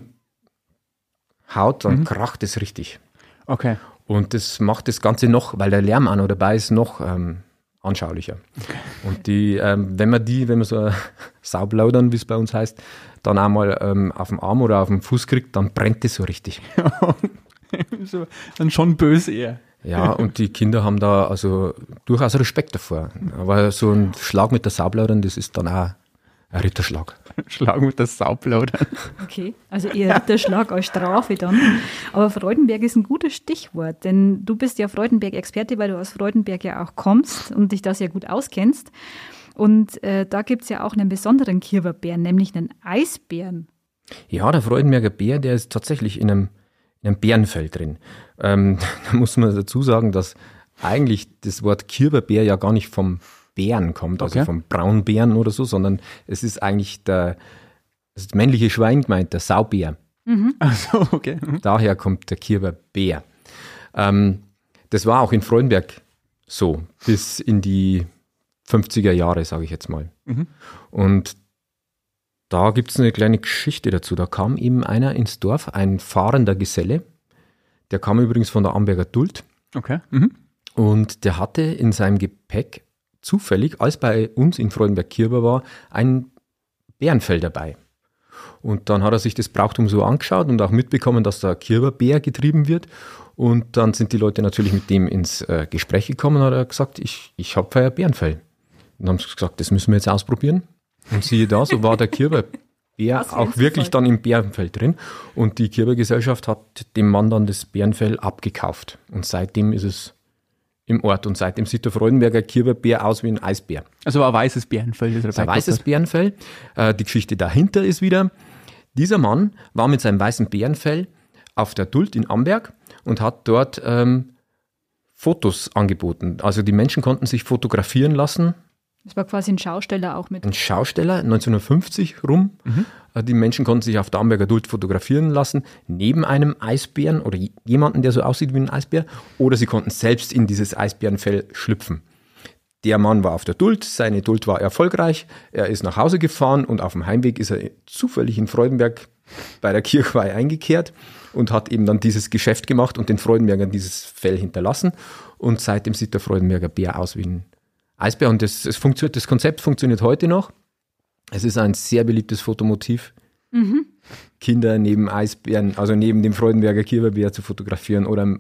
haut, dann kracht es richtig. Okay. Und das macht das Ganze noch, weil der Lärm auch noch dabei ist, noch anschaulicher. Okay. Und wenn man so ein Saublaudern, wie es bei uns heißt, dann einmal auf dem Arm oder auf dem Fuß kriegt, dann brennt es so richtig. So, dann schon böse eher. Ja, und die Kinder haben da also durchaus Respekt davor. Aber so ein Schlag mit der Saublaudern, das ist dann auch ein Ritterschlag. Schlag mit der Saublaudern. Okay, also eher Ritterschlag als Strafe dann. Aber Freudenberg ist ein gutes Stichwort, denn du bist ja Freudenberg-Experte, weil du aus Freudenberg ja auch kommst und dich da sehr gut auskennst. Und da gibt es ja auch einen besonderen Kirberbären, nämlich einen Eisbären. Ja, der Freudenberger Bär, der ist tatsächlich in einem Bärenfell drin. Da muss man dazu sagen, dass eigentlich das Wort Kirberbär ja gar nicht vom Bären kommt, also vom Braunbären oder so, sondern es ist eigentlich das männliche Schwein gemeint, der Saubär. Ach so, okay. Daher kommt der Kirberbär. Das war auch in Freudenberg so, bis in die 50er Jahre, sage ich jetzt mal. Und da gibt es eine kleine Geschichte dazu. Da kam eben einer ins Dorf, ein fahrender Geselle, der kam übrigens von der Amberger Duld. Okay. Und der hatte in seinem Gepäck zufällig, als bei uns in Freudenberg-Kiewer war, ein Bärenfell dabei. Und dann hat er sich das Brauchtum so angeschaut und auch mitbekommen, dass da Kiewerbär getrieben wird. Und dann sind die Leute natürlich mit dem ins Gespräch gekommen und hat er gesagt, ich habe ein Bärenfell. Und dann haben sie gesagt, das müssen wir jetzt ausprobieren. Und siehe da, so war der Kiewerbär auch wirklich dann im Bärenfell drin. Und die Kiewergesellschaft hat dem Mann dann das Bärenfell abgekauft. Und seitdem ist es im Ort. Und seitdem sieht der Freudenberger Kiewerbär aus wie ein Eisbär. Also war ein weißes Bärenfell. Das ist ein weißes Bärenfell. Die Geschichte dahinter ist wieder, dieser Mann war mit seinem weißen Bärenfell auf der Duld in Amberg und hat dort Fotos angeboten. Also die Menschen konnten sich fotografieren lassen. Das war quasi ein Schausteller auch mit. Ein Schausteller, 1950 rum. Die Menschen konnten sich auf der Amberger Duld fotografieren lassen, neben einem Eisbären oder jemanden, der so aussieht wie ein Eisbär. Oder sie konnten selbst in dieses Eisbärenfell schlüpfen. Der Mann war auf der Duld, seine Duld war erfolgreich, er ist nach Hause gefahren und auf dem Heimweg ist er zufällig in Freudenberg bei der Kirchweih eingekehrt und hat eben dann dieses Geschäft gemacht und den Freudenbergern dieses Fell hinterlassen. Und seitdem sieht der Freudenberger Bär aus wie ein Eisbär und das Konzept funktioniert heute noch. Es ist ein sehr beliebtes Fotomotiv. Kinder neben Eisbären, also neben dem Freudenberger Kiewerbär zu fotografieren oder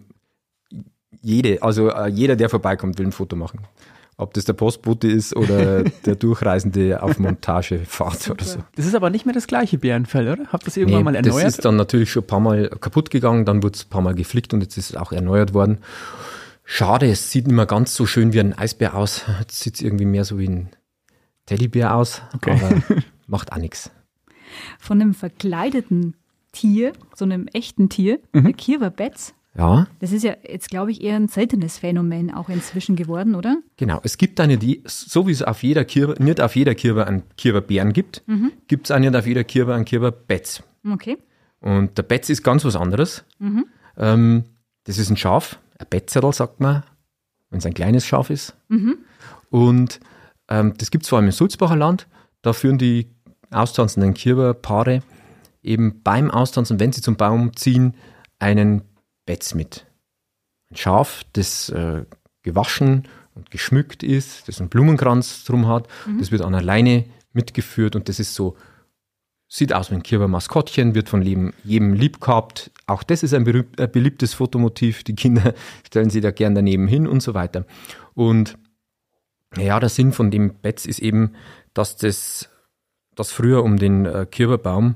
jeder, der vorbeikommt, will ein Foto machen. Ob das der Postbote ist oder der Durchreisende auf Montagefahrt oder so. Das ist aber nicht mehr das gleiche Bärenfell, oder? Habt ihr das irgendwann mal erneuert? Das ist dann natürlich schon ein paar Mal kaputt gegangen, dann wurde es ein paar Mal geflickt und jetzt ist es auch erneuert worden. Schade, es sieht nicht mehr ganz so schön wie ein Eisbär aus. Jetzt sieht es irgendwie mehr so wie ein Teddybär aus, aber macht auch nichts. Von einem verkleideten Tier, so einem echten Tier, der Kiewerbetz. Ja. Das ist ja jetzt, glaube ich, eher ein seltenes Phänomen auch inzwischen geworden, oder? Genau. Es gibt eine, so wie es auf jeder Kiewer, nicht auf jeder Kiewer einen Kiewerbären gibt, gibt es auch nicht auf jeder Kiewer einen Kiewerbetz. Okay. Und der Betz ist ganz was anderes. Das ist ein Schaf, ein Betzerl sagt man, wenn es ein kleines Schaf ist. Und das gibt es vor allem im Sulzbacher Land. Da führen die austanzenden Kiewerpaare eben beim Austanzen, wenn sie zum Baum ziehen, einen Betz mit. Ein Schaf, das gewaschen und geschmückt ist, das einen Blumenkranz drum hat, das wird an der Leine mitgeführt und das ist so, sieht aus wie ein Kiewer-Maskottchen, wird von jedem lieb gehabt. Auch das ist ein beliebtes Fotomotiv. Die Kinder stellen sich da gern daneben hin und so weiter. Und ja, der Sinn von dem Betz ist eben, dass früher um den Kiewerbaum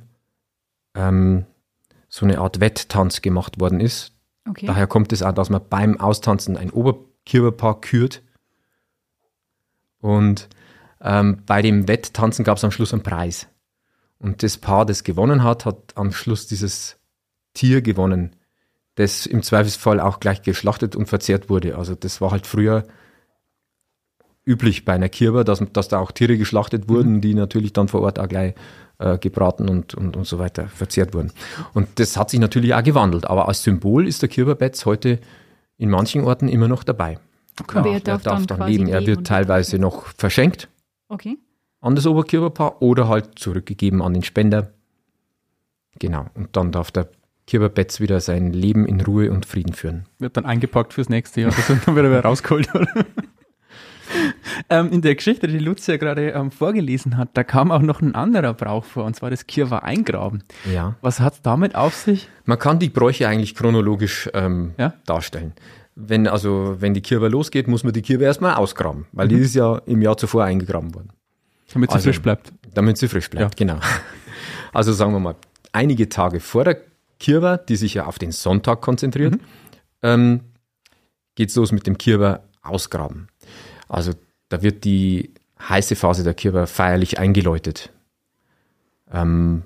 so eine Art Wetttanz gemacht worden ist. Okay. Daher kommt es auch, dass man beim Austanzen ein Oberkiewerpaar kürt. Und bei dem Wetttanzen gab es am Schluss einen Preis. Und das Paar, das gewonnen hat, hat am Schluss dieses Tier gewonnen, das im Zweifelsfall auch gleich geschlachtet und verzehrt wurde. Also das war halt früher üblich bei einer Kiewer, dass da auch Tiere geschlachtet wurden, die natürlich dann vor Ort auch gleich gebraten und so weiter verzehrt wurden. Und das hat sich natürlich auch gewandelt. Aber als Symbol ist der Kiewerbetz heute in manchen Orten immer noch dabei. Okay. Aber er darf dann leben. Er wird teilweise noch verschenkt. Okay. An das Oberkiewerpaar oder halt zurückgegeben an den Spender. Genau. Und dann darf der Kiewerbetz wieder sein Leben in Ruhe und Frieden führen. Wird dann eingepackt fürs nächste Jahr. Das wird dann wieder rausgeholt, oder? In der Geschichte, die Lucia gerade vorgelesen hat, da kam auch noch ein anderer Brauch vor, und zwar das Kiewer Eingraben. Ja. Was hat es damit auf sich? Man kann die Bräuche eigentlich chronologisch darstellen. Wenn die Kiewer losgeht, muss man die Kiewer erstmal ausgraben, weil die ist ja im Jahr zuvor eingegraben worden. Damit sie frisch bleibt. Damit sie frisch bleibt, genau. Also sagen wir mal, einige Tage vor der Kiewer, die sich ja auf den Sonntag konzentriert, geht es los mit dem Kiewer ausgraben. Also da wird die heiße Phase der Kiewer feierlich eingeläutet. Man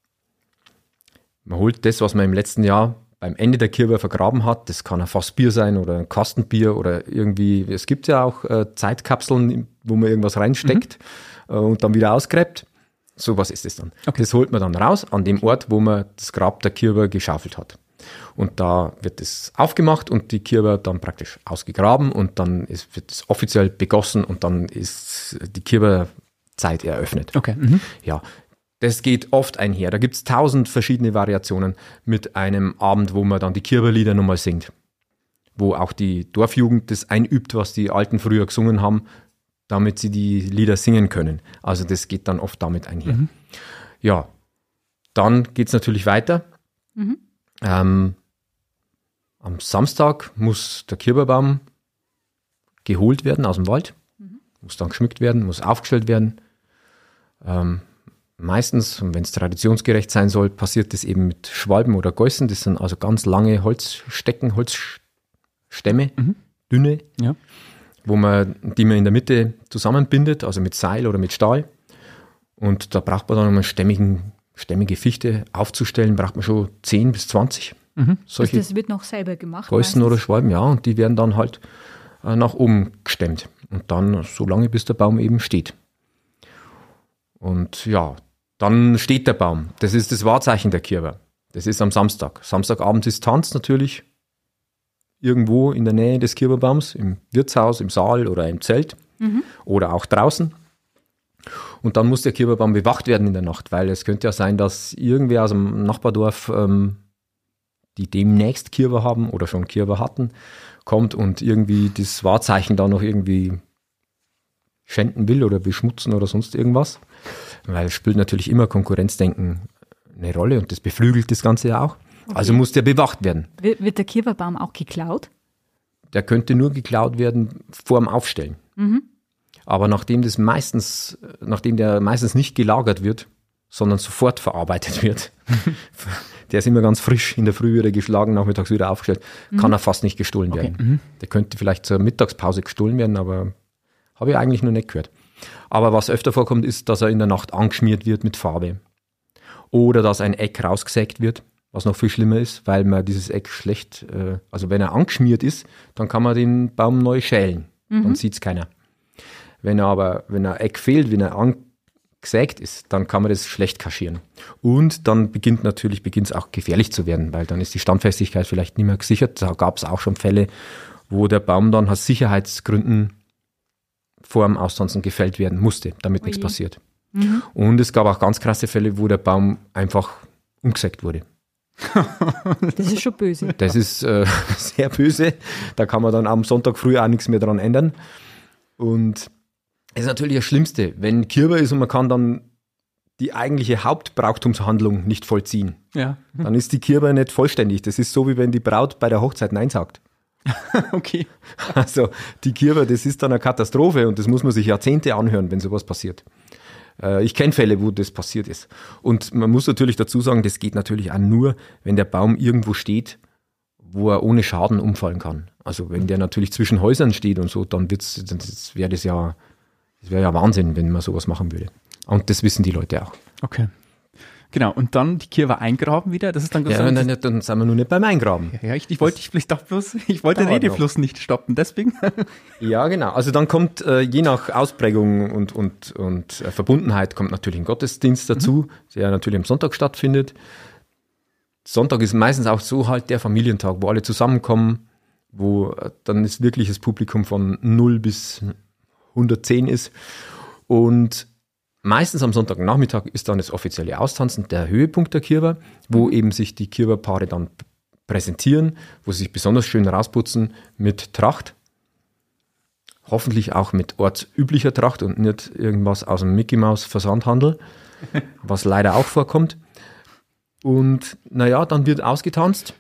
holt das, was man im letzten Jahr beim Ende der Kiewer vergraben hat. Das kann ein Fassbier sein oder ein Kastenbier oder irgendwie, es gibt ja auch Zeitkapseln, wo man irgendwas reinsteckt und dann wieder ausgräbt. So was ist es dann. Okay. Das holt man dann raus an dem Ort, wo man das Grab der Kiewer geschaufelt hat. Und da wird es aufgemacht und die Kiewer dann praktisch ausgegraben und dann wird es offiziell begossen und dann ist die Kiewerzeit eröffnet. Okay. Ja, das geht oft einher. Da gibt es 1000 verschiedene Variationen mit einem Abend, wo man dann die Kiewerlieder nochmal singt. Wo auch die Dorfjugend das einübt, was die Alten früher gesungen haben, damit sie die Lieder singen können. Also das geht dann oft damit einher. Ja, dann geht es natürlich weiter. Am Samstag muss der Kirberbaum geholt werden aus dem Wald, muss dann geschmückt werden, muss aufgestellt werden. Meistens, und wenn es traditionsgerecht sein soll, passiert das eben mit Schwalben oder Gäusen. Das sind also ganz lange Holzstecken, Holzstämme, dünne, die man in der Mitte zusammenbindet, also mit Seil oder mit Stahl. Und da braucht man dann, um stämmige Fichte aufzustellen, braucht man schon 10 bis 20. Solche das wird noch selber gemacht? Gäusen oder Schwalben, ja. Und die werden dann halt nach oben gestemmt. Und dann so lange, bis der Baum eben steht. Und ja, dann steht der Baum. Das ist das Wahrzeichen der Kirwa. Das ist am Samstag. Samstagabend ist Tanz natürlich. Irgendwo in der Nähe des Kirwabaums, im Wirtshaus, im Saal oder im Zelt. Oder auch draußen. Und dann muss der Kirwabaum bewacht werden in der Nacht, weil es könnte ja sein, dass irgendwer aus dem Nachbardorf, die demnächst Kirwa haben oder schon Kirwa hatten, kommt und irgendwie das Wahrzeichen da noch irgendwie schänden will oder beschmutzen oder sonst irgendwas. Weil es spielt natürlich immer Konkurrenzdenken eine Rolle und das beflügelt das Ganze ja auch. Okay. Also muss der bewacht werden. Wird der Kirwabaum auch geklaut? Der könnte nur geklaut werden vor dem Aufstellen. Aber nachdem der meistens nicht gelagert wird, sondern sofort verarbeitet wird, der ist immer ganz frisch, in der Früh wieder geschlagen, nachmittags wieder aufgestellt, kann er fast nicht gestohlen werden. Der könnte vielleicht zur Mittagspause gestohlen werden, aber habe ich eigentlich noch nicht gehört. Aber was öfter vorkommt, ist, dass er in der Nacht angeschmiert wird mit Farbe. Oder dass ein Eck rausgesägt wird, was noch viel schlimmer ist, weil man dieses Eck schlecht, also wenn er angeschmiert ist, dann kann man den Baum neu schälen. Dann sieht es keiner. Wenn ein Eck fehlt, wenn er angesägt ist, dann kann man das schlecht kaschieren. Und dann beginnt es auch gefährlich zu werden, weil dann ist die Standfestigkeit vielleicht nicht mehr gesichert. Da gab es auch schon Fälle, wo der Baum dann aus Sicherheitsgründen vor dem Austanzen gefällt werden musste, damit nichts passiert. Und es gab auch ganz krasse Fälle, wo der Baum einfach umgesägt wurde. Das ist schon böse. Das ist sehr böse. Da kann man dann am Sonntag früh auch nichts mehr dran ändern. Und das ist natürlich das Schlimmste, wenn Kirwa ist und man kann dann die eigentliche Hauptbrauchtumshandlung nicht vollziehen. Ja. Dann ist die Kirwa nicht vollständig. Das ist so, wie wenn die Braut bei der Hochzeit Nein sagt. Okay. Also die Kirwa, das ist dann eine Katastrophe und das muss man sich Jahrzehnte anhören, wenn sowas passiert. Ich kenne Fälle, wo das passiert ist. Und man muss natürlich dazu sagen, das geht natürlich auch nur, wenn der Baum irgendwo steht, wo er ohne Schaden umfallen kann. Also wenn der natürlich zwischen Häusern steht und so, dann wäre ja Wahnsinn, wenn man sowas machen würde. Und das wissen die Leute auch. Okay. Genau, und dann die Kirwa eingraben wieder. Das ist dann dann sind wir nur nicht beim Eingraben. Ja, ich wollte den Redefluss nicht stoppen, deswegen. Ja, genau. Also dann kommt, je nach Ausprägung und Verbundenheit, kommt natürlich ein Gottesdienst dazu, der natürlich am Sonntag stattfindet. Sonntag ist meistens auch so halt der Familientag, wo alle zusammenkommen, wo dann ist wirklich das Publikum von 0 bis 110 ist. Und meistens am Sonntagnachmittag ist dann das offizielle Austanzen der Höhepunkt der Kirwa, wo eben sich die Kirwa-Paare dann präsentieren, wo sie sich besonders schön rausputzen mit Tracht. Hoffentlich auch mit ortsüblicher Tracht und nicht irgendwas aus dem Mickey-Maus-Versandhandel, was leider auch vorkommt. Und naja, dann wird ausgetanzt.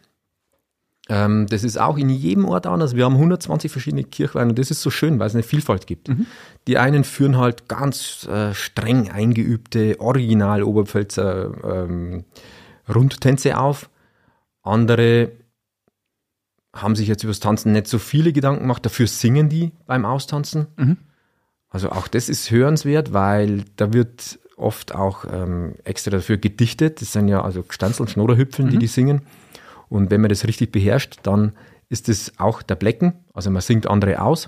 Das ist auch in jedem Ort anders. Wir haben 120 verschiedene Kirchweine und das ist so schön, weil es eine Vielfalt gibt. Die einen führen halt ganz streng eingeübte Original-Oberpfälzer Rundtänze auf. Andere haben sich jetzt über das Tanzen nicht so viele Gedanken gemacht, dafür singen die beim Austanzen. Also auch das ist hörenswert, weil da wird oft auch extra dafür gedichtet. Das sind ja also Gstanzl, Schnoderhüpfeln, die singen. Und wenn man das richtig beherrscht, dann ist es auch der Blecken. Also man singt andere aus.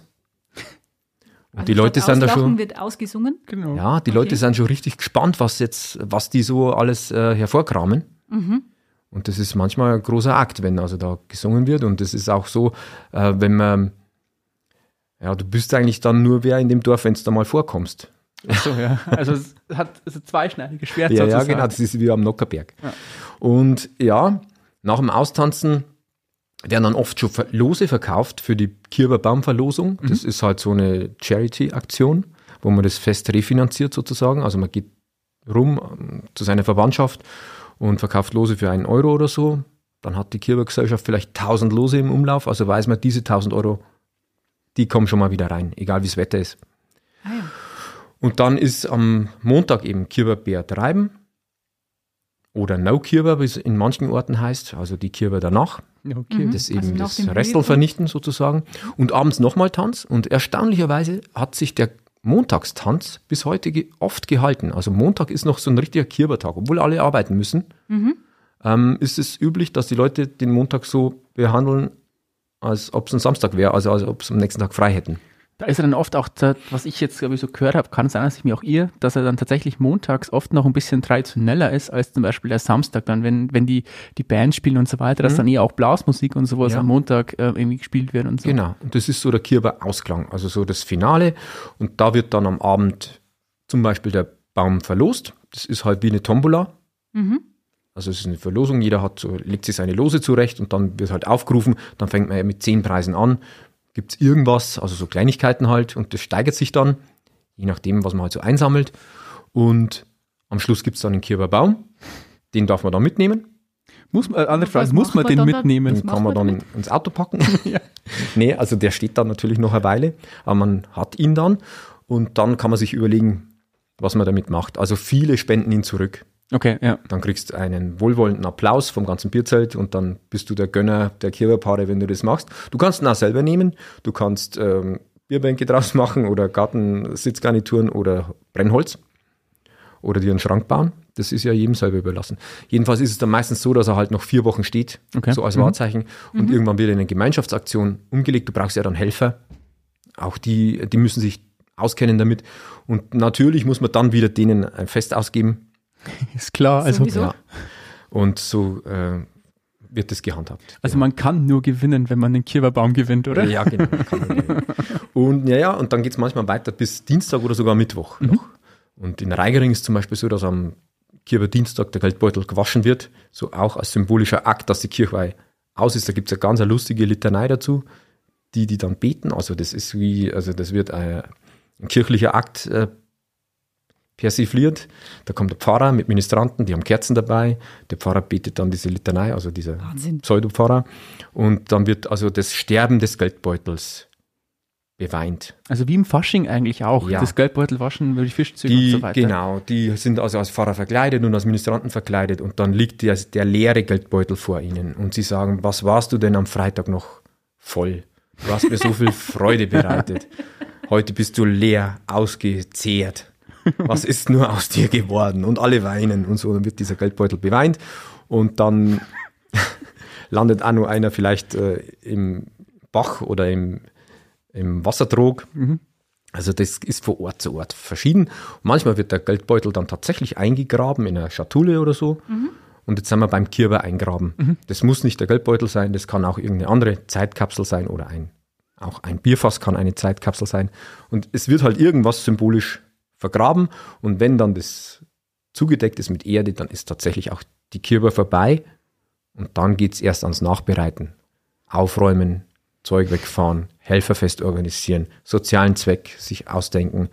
Und also die Leute sind da schon. Wird ausgesungen? Genau. Ja, die Leute sind schon richtig gespannt, was die so alles hervorkramen. Und das ist manchmal ein großer Akt, wenn also da gesungen wird. Und das ist auch so, wenn man, ja, du bist eigentlich dann nur wer in dem Dorf, wenn du da mal vorkommst. Ach so, ja. Also es hat ein zweischneidiges Schwert ja, sozusagen. Ja, genau, das ist wie am Nockerberg. Ja. Und ja, nach dem Austanzen werden dann oft schon Lose verkauft für die Kirwa-Baumverlosung. Das ist halt so eine Charity-Aktion. wo man das fest refinanziert sozusagen. Also man geht rum zu seiner Verwandtschaft und verkauft Lose für 1 Euro oder so. Dann hat die Kierbergesellschaft vielleicht 1000 Lose im Umlauf. Also weiß man, diese 1000 Euro, die kommen schon mal wieder rein, egal wie das Wetter ist. Ah, ja. Und dann ist am Montag eben Kierberbeer treiben oder No-Kierber, wie es in manchen Orten heißt, also die Kierber danach. Okay. Das eben Also nach das dem Restel Höhepunkt. vernichten sozusagen. Und abends nochmal Tanz. Und erstaunlicherweise hat sich der Montagstanz bis heute oft gehalten. Also Montag ist noch so ein richtiger Kierbertag, obwohl alle arbeiten müssen. Ist es üblich, dass die Leute den Montag so behandeln, als ob es ein Samstag wäre, also als ob sie am nächsten Tag frei hätten. Da ist er dann oft auch, was ich jetzt glaube ich so gehört habe, kann sein, dass ich mir auch irre, dass er dann tatsächlich montags oft noch ein bisschen traditioneller ist als zum Beispiel der Samstag, dann wenn die Band spielen und so weiter, dass dann eher auch Blasmusik und sowas Ja. am Montag irgendwie gespielt wird und so. Genau, und das ist so der Kierber-Ausklang, also so das Finale. Und da wird dann am Abend zum Beispiel der Baum verlost. Das ist halt wie eine Tombola. Also es ist eine Verlosung, jeder legt sich seine Lose zurecht und dann wird halt aufgerufen. Dann fängt man ja mit 10 Preisen an. Gibt es irgendwas, also so Kleinigkeiten halt, und das steigert sich dann, je nachdem, was man halt so einsammelt. Und am Schluss gibt es dann den Kierberbaum. Den darf man dann mitnehmen. Andere Frage, Was muss man macht den man dann mitnehmen? Den kann man dann ins Auto packen. Ja. Nee, also der steht dann natürlich noch eine Weile, aber man hat ihn dann und dann kann man sich überlegen, was man damit macht. Also viele spenden ihn zurück. Okay, ja. Dann kriegst du einen wohlwollenden Applaus vom ganzen Bierzelt und dann bist du der Gönner der Kierberpaare, wenn du das machst. Du kannst ihn auch selber nehmen. Du kannst Bierbänke draus machen oder Gartensitzgarnituren oder Brennholz oder dir einen Schrank bauen. Das ist ja jedem selber überlassen. Jedenfalls ist es dann meistens so, dass er halt noch 4 Wochen steht, Okay. so als Wahrzeichen. Und irgendwann wird er in eine Gemeinschaftsaktion umgelegt. Du brauchst ja dann Helfer. Auch die müssen sich auskennen damit. Und natürlich muss man dann wieder denen ein Fest ausgeben. Ist klar. Also, Sowieso. Ja. Und so wird das gehandhabt. also man kann nur gewinnen, wenn man den Kierberbaum gewinnt, oder? Ja, genau. Kann man nehmen. Und und dann geht es manchmal weiter bis Dienstag oder sogar Mittwoch noch. Und in Reigering ist zum Beispiel so, dass am Kierberdienstag der Geldbeutel gewaschen wird, so auch als symbolischer Akt, dass die Kirchweih aus ist. Da gibt es eine ganz lustige Litanei dazu, die dann beten. Also das wird ein kirchlicher Akt persifliert. Da kommt der Pfarrer mit Ministranten, die haben Kerzen dabei. Der Pfarrer betet dann diese Litanei, also dieser Wahnsinn. Pseudopfarrer. Und dann wird also das Sterben des Geldbeutels beweint. Also wie im Fasching eigentlich auch. Ja. Das Geldbeutel waschen über die Fischzüge und so weiter. Genau, die sind also als Pfarrer verkleidet und als Ministranten verkleidet und dann liegt der leere Geldbeutel vor ihnen und sie sagen, was warst du denn am Freitag noch voll? Du hast mir so viel Freude bereitet. Heute bist du leer, ausgezehrt. Was ist nur aus dir geworden? Und alle weinen und so, dann wird dieser Geldbeutel beweint und dann landet auch nur einer vielleicht im Bach oder im Wassertrog. Also das ist von Ort zu Ort verschieden. Manchmal wird der Geldbeutel dann tatsächlich eingegraben in einer Schatulle oder so. Und jetzt sind wir beim Kierber eingraben. Das muss nicht der Geldbeutel sein, das kann auch irgendeine andere Zeitkapsel sein oder auch ein Bierfass kann eine Zeitkapsel sein. Und es wird halt irgendwas symbolisch vergraben. Und wenn dann das zugedeckt ist mit Erde, dann ist tatsächlich auch die Kierber vorbei. Und dann geht es erst ans Nachbereiten. Aufräumen, Zeug wegfahren, Helferfest organisieren, sozialen Zweck sich ausdenken.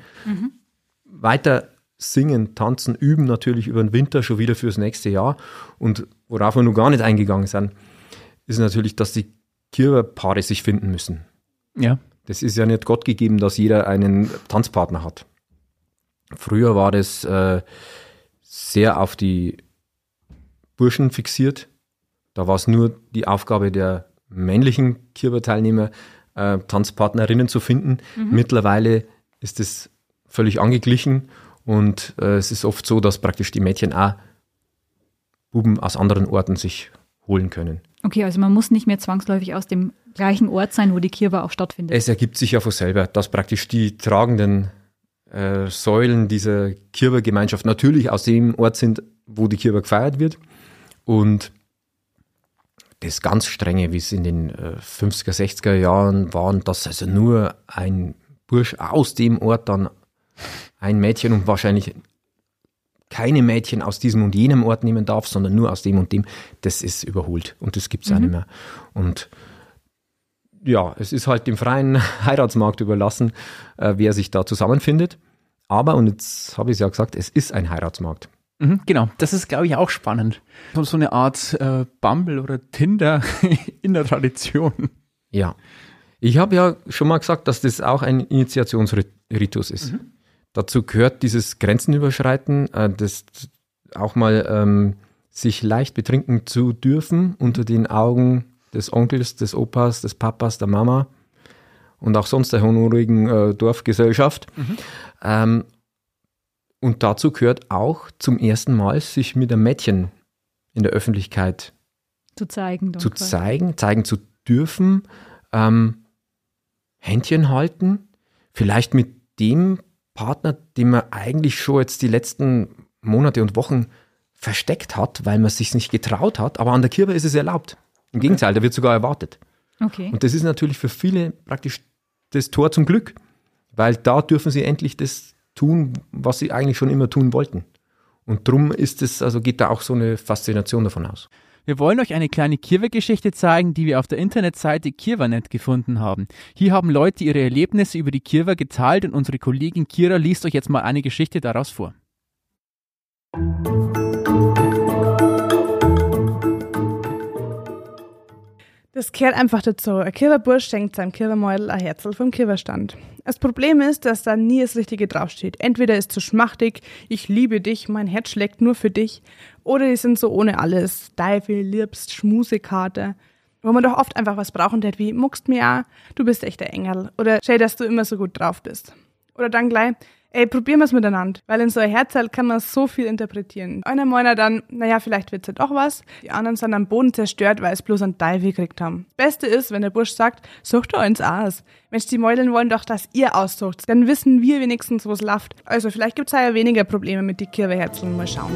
Weiter singen, tanzen, üben natürlich über den Winter schon wieder fürs nächste Jahr. Und worauf wir noch gar nicht eingegangen sind, ist natürlich, dass die Kierberpaare sich finden müssen. Ja. Das ist ja nicht Gott gegeben, dass jeder einen Tanzpartner hat. Früher war das sehr auf die Burschen fixiert. Da war es nur die Aufgabe der männlichen Kierber-Teilnehmer, Tanzpartnerinnen zu finden. Mittlerweile ist es völlig angeglichen und es ist oft so, dass praktisch die Mädchen auch Buben aus anderen Orten sich holen können. Okay, also man muss nicht mehr zwangsläufig aus dem gleichen Ort sein, wo die Kierber auch stattfindet. Es ergibt sich ja von selber, dass praktisch die tragenden Säulen dieser Kierbergemeinschaft natürlich aus dem Ort sind, wo die Kierber gefeiert wird. Und das ganz Strenge, wie es in den 50er, 60er Jahren waren, dass also nur ein Bursch aus dem Ort dann ein Mädchen und wahrscheinlich keine Mädchen aus diesem und jenem Ort nehmen darf, sondern nur aus dem und dem, das ist überholt und das gibt es auch nicht mehr. Und ja, es ist halt dem freien Heiratsmarkt überlassen, wer sich da zusammenfindet. Aber, und jetzt habe ich es ja gesagt, es ist ein Heiratsmarkt. Genau, das ist, glaube ich, auch spannend. So eine Art Bumble oder Tinder in der Tradition. Ja, ich habe ja schon mal gesagt, dass das auch ein Initiationsritus ist. Dazu gehört dieses Grenzenüberschreiten, das auch mal sich leicht betrinken zu dürfen unter den Augen des Onkels, des Opas, des Papas, der Mama und auch sonst der honorigen Dorfgesellschaft. Und dazu gehört auch zum ersten Mal, sich mit einem Mädchen in der Öffentlichkeit zu zeigen zu dürfen, Händchen halten, vielleicht mit dem Partner, den man eigentlich schon jetzt die letzten Monate und Wochen versteckt hat, weil man es sich nicht getraut hat, aber an der Kirche ist es erlaubt. Im Gegenteil, da wird sogar erwartet. Okay. Und das ist natürlich für viele praktisch das Tor zum Glück, weil da dürfen sie endlich das tun, was sie eigentlich schon immer tun wollten. Und drum ist es, also geht da auch so eine Faszination davon aus. Wir wollen euch eine kleine Kirwa-Geschichte zeigen, die wir auf der Internetseite Kirwanet gefunden haben. Hier haben Leute ihre Erlebnisse über die Kirwa geteilt und unsere Kollegin Kira liest euch jetzt mal eine Geschichte daraus vor. Das gehört einfach dazu. Ein Kirwa-Bursch schenkt seinem Kirwa-Mäudel ein Herzl vom Kirwa-Stand. Das Problem ist, dass da nie das Richtige draufsteht. Entweder ist zu schmachtig, ich liebe dich, mein Herz schlägt nur für dich, oder die sind so ohne alles, Teufel, liebst, Schmusekarte, wo man doch oft einfach was brauchen wird, wie, muckst mir auch, du bist echt der Engel, oder schau, dass du immer so gut drauf bist. Oder dann gleich, ey, probieren wir es miteinander, weil in so ein Herzl kann man so viel interpretieren. Einer meiner dann, naja, vielleicht wird's ja doch was. Die anderen sind am Boden zerstört, weil es bloß einen Teil gekriegt haben. Das Beste ist, wenn der Bursch sagt, sucht ihr uns aus. Mensch, die Mäudeln wollen doch, dass ihr aussucht. Dann wissen wir wenigstens, wo es läuft. Also vielleicht gibt's ja weniger Probleme mit die Kirwa-Herzln. Mal schauen.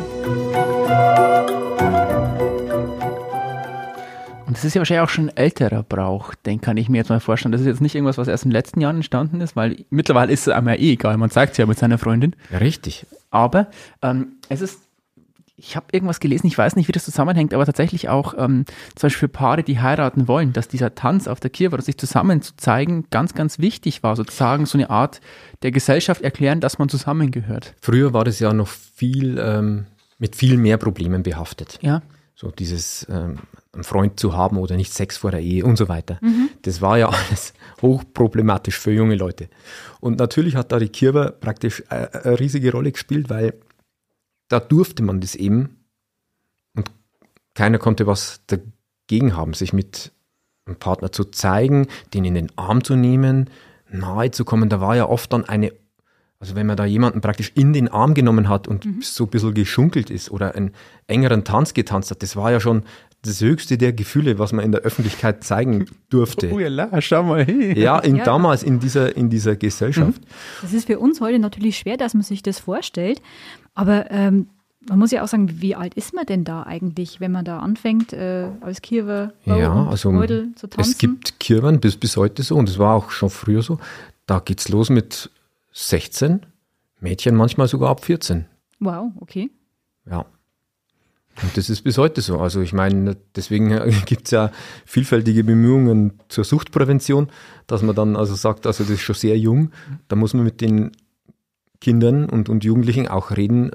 Und das ist ja wahrscheinlich auch schon ein älterer Brauch, den kann ich mir jetzt mal vorstellen. Das ist jetzt nicht irgendwas, was erst in den letzten Jahren entstanden ist, weil mittlerweile ist es einem ja egal, man zeigt es ja mit seiner Freundin. Ja, richtig. Aber es ist, ich habe irgendwas gelesen, ich weiß nicht, wie das zusammenhängt, aber tatsächlich auch zum Beispiel für Paare, die heiraten wollen, dass dieser Tanz auf der Kirwa, sich zusammen zu zeigen, ganz, ganz wichtig war, sozusagen so eine Art der Gesellschaft erklären, dass man zusammengehört. Früher war das ja noch viel, mit viel mehr Problemen behaftet. Ja. So dieses einen Freund zu haben oder nicht Sex vor der Ehe und so weiter. Das war ja alles hochproblematisch für junge Leute. Und natürlich hat da die Kirwa praktisch eine riesige Rolle gespielt, weil da durfte man das eben und keiner konnte was dagegen haben, sich mit einem Partner zu zeigen, den in den Arm zu nehmen, nahe zu kommen. Da war ja oft dann also wenn man da jemanden praktisch in den Arm genommen hat und so ein bisschen geschunkelt ist oder einen engeren Tanz getanzt hat, das war ja schon das höchste der Gefühle, was man in der Öffentlichkeit zeigen durfte. Oh ja, schau mal hin. Ja, damals in dieser Gesellschaft. Das ist für uns heute natürlich schwer, dass man sich das vorstellt, aber man muss ja auch sagen, wie alt ist man denn da eigentlich, wenn man da anfängt, als Kirwa Mäudel zu tanzen? Es gibt Kirwan bis heute so und es war auch schon früher so, da geht's los mit 16, Mädchen manchmal sogar ab 14. Wow, okay. Ja. Und das ist bis heute so. Also ich meine, deswegen gibt es ja vielfältige Bemühungen zur Suchtprävention, dass man dann also sagt, also das ist schon sehr jung, da muss man mit den Kindern und Jugendlichen auch reden,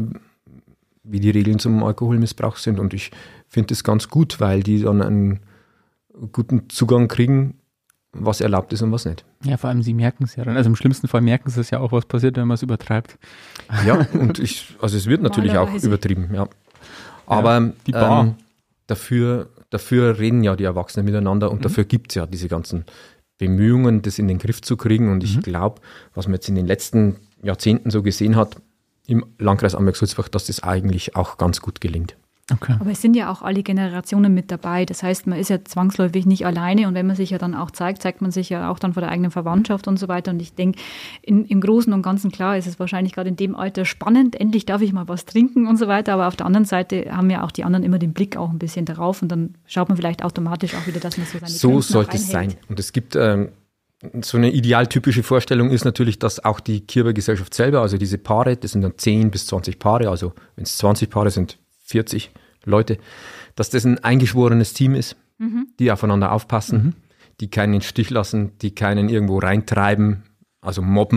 wie die Regeln zum Alkoholmissbrauch sind. Und ich finde das ganz gut, weil die dann einen guten Zugang kriegen, was erlaubt ist und was nicht. Ja, vor allem sie merken es ja dann. Also im schlimmsten Fall merken sie es ja auch, was passiert, wenn man es übertreibt. Ja, und also es wird natürlich auch übertrieben, ja. Aber die Bar. Dafür reden ja die Erwachsenen miteinander und dafür gibt es ja diese ganzen Bemühungen, das in den Griff zu kriegen. Und ich glaube, was man jetzt in den letzten Jahrzehnten so gesehen hat, im Landkreis Amberg-Sulzbach, dass das eigentlich auch ganz gut gelingt. Okay. Aber es sind ja auch alle Generationen mit dabei. Das heißt, man ist ja zwangsläufig nicht alleine und wenn man sich ja dann auch zeigt man sich ja auch dann vor der eigenen Verwandtschaft und so weiter. Und ich denke, im Großen und Ganzen klar ist es wahrscheinlich gerade in dem Alter spannend. Endlich darf ich mal was trinken und so weiter. Aber auf der anderen Seite haben ja auch die anderen immer den Blick auch ein bisschen darauf und dann schaut man vielleicht automatisch auch wieder, dass man so seine So Grenzen sollte es sein. Und es gibt so eine idealtypische Vorstellung ist natürlich, dass auch die Kirwa-Gesellschaft selber, also diese Paare, das sind dann 10 bis 20 Paare, also wenn es 20 Paare sind, 40 Leute, dass das ein eingeschworenes Team ist, die aufeinander aufpassen, die keinen in den Stich lassen, die keinen irgendwo reintreiben, also mobben,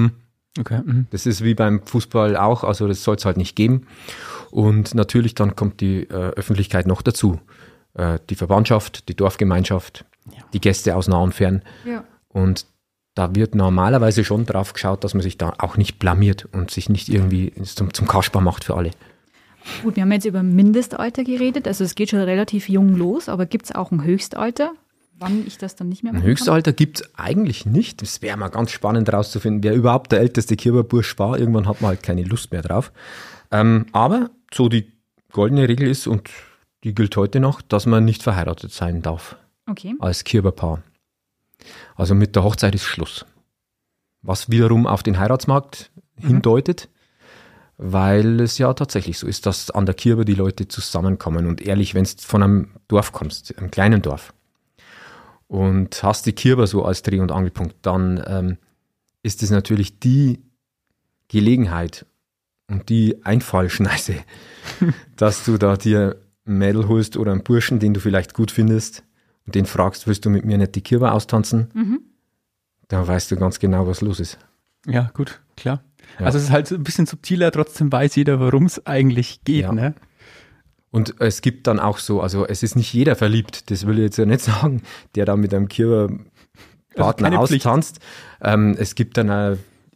Okay. Das ist wie beim Fußball auch, also das soll es halt nicht geben. Und natürlich dann kommt die Öffentlichkeit noch dazu. Die Verwandtschaft, die Dorfgemeinschaft, die Gäste aus nah und fern. Ja. Und da wird normalerweise schon drauf geschaut, dass man sich da auch nicht blamiert und sich nicht irgendwie zum Kasper macht für alle. Gut, wir haben jetzt über Mindestalter geredet, also es geht schon relativ jung los, aber gibt es auch ein Höchstalter, wann ich das dann nicht mehr Ein machen kann? Höchstalter gibt es eigentlich nicht. Das wäre mal ganz spannend herauszufinden, wer überhaupt der älteste Kirberbursch war. Irgendwann hat man halt keine Lust mehr drauf. Aber so die goldene Regel ist, und die gilt heute noch, dass man nicht verheiratet sein darf Okay. als Kirberpaar. Also mit der Hochzeit ist Schluss. Was wiederum auf den Heiratsmarkt hindeutet, weil es ja tatsächlich so ist, dass an der Kirbe die Leute zusammenkommen. Und ehrlich, wenn du von einem Dorf kommst, einem kleinen Dorf, und hast die Kirbe so als Dreh- und Angelpunkt, dann ist es natürlich die Gelegenheit und die Einfallschneise, dass du da dir ein Mädel holst oder einen Burschen, den du vielleicht gut findest, und den fragst, willst du mit mir nicht die Kirbe austanzen? Da weißt du ganz genau, was los ist. Ja, gut, klar. Ja. Also es ist halt so ein bisschen subtiler, trotzdem weiß jeder, worum es eigentlich geht. Ja. Ne? Und es gibt dann auch so, also es ist nicht jeder verliebt, das will ich jetzt ja nicht sagen, der da mit einem Kirberpartner keine Pflicht. austanzt. Es gibt dann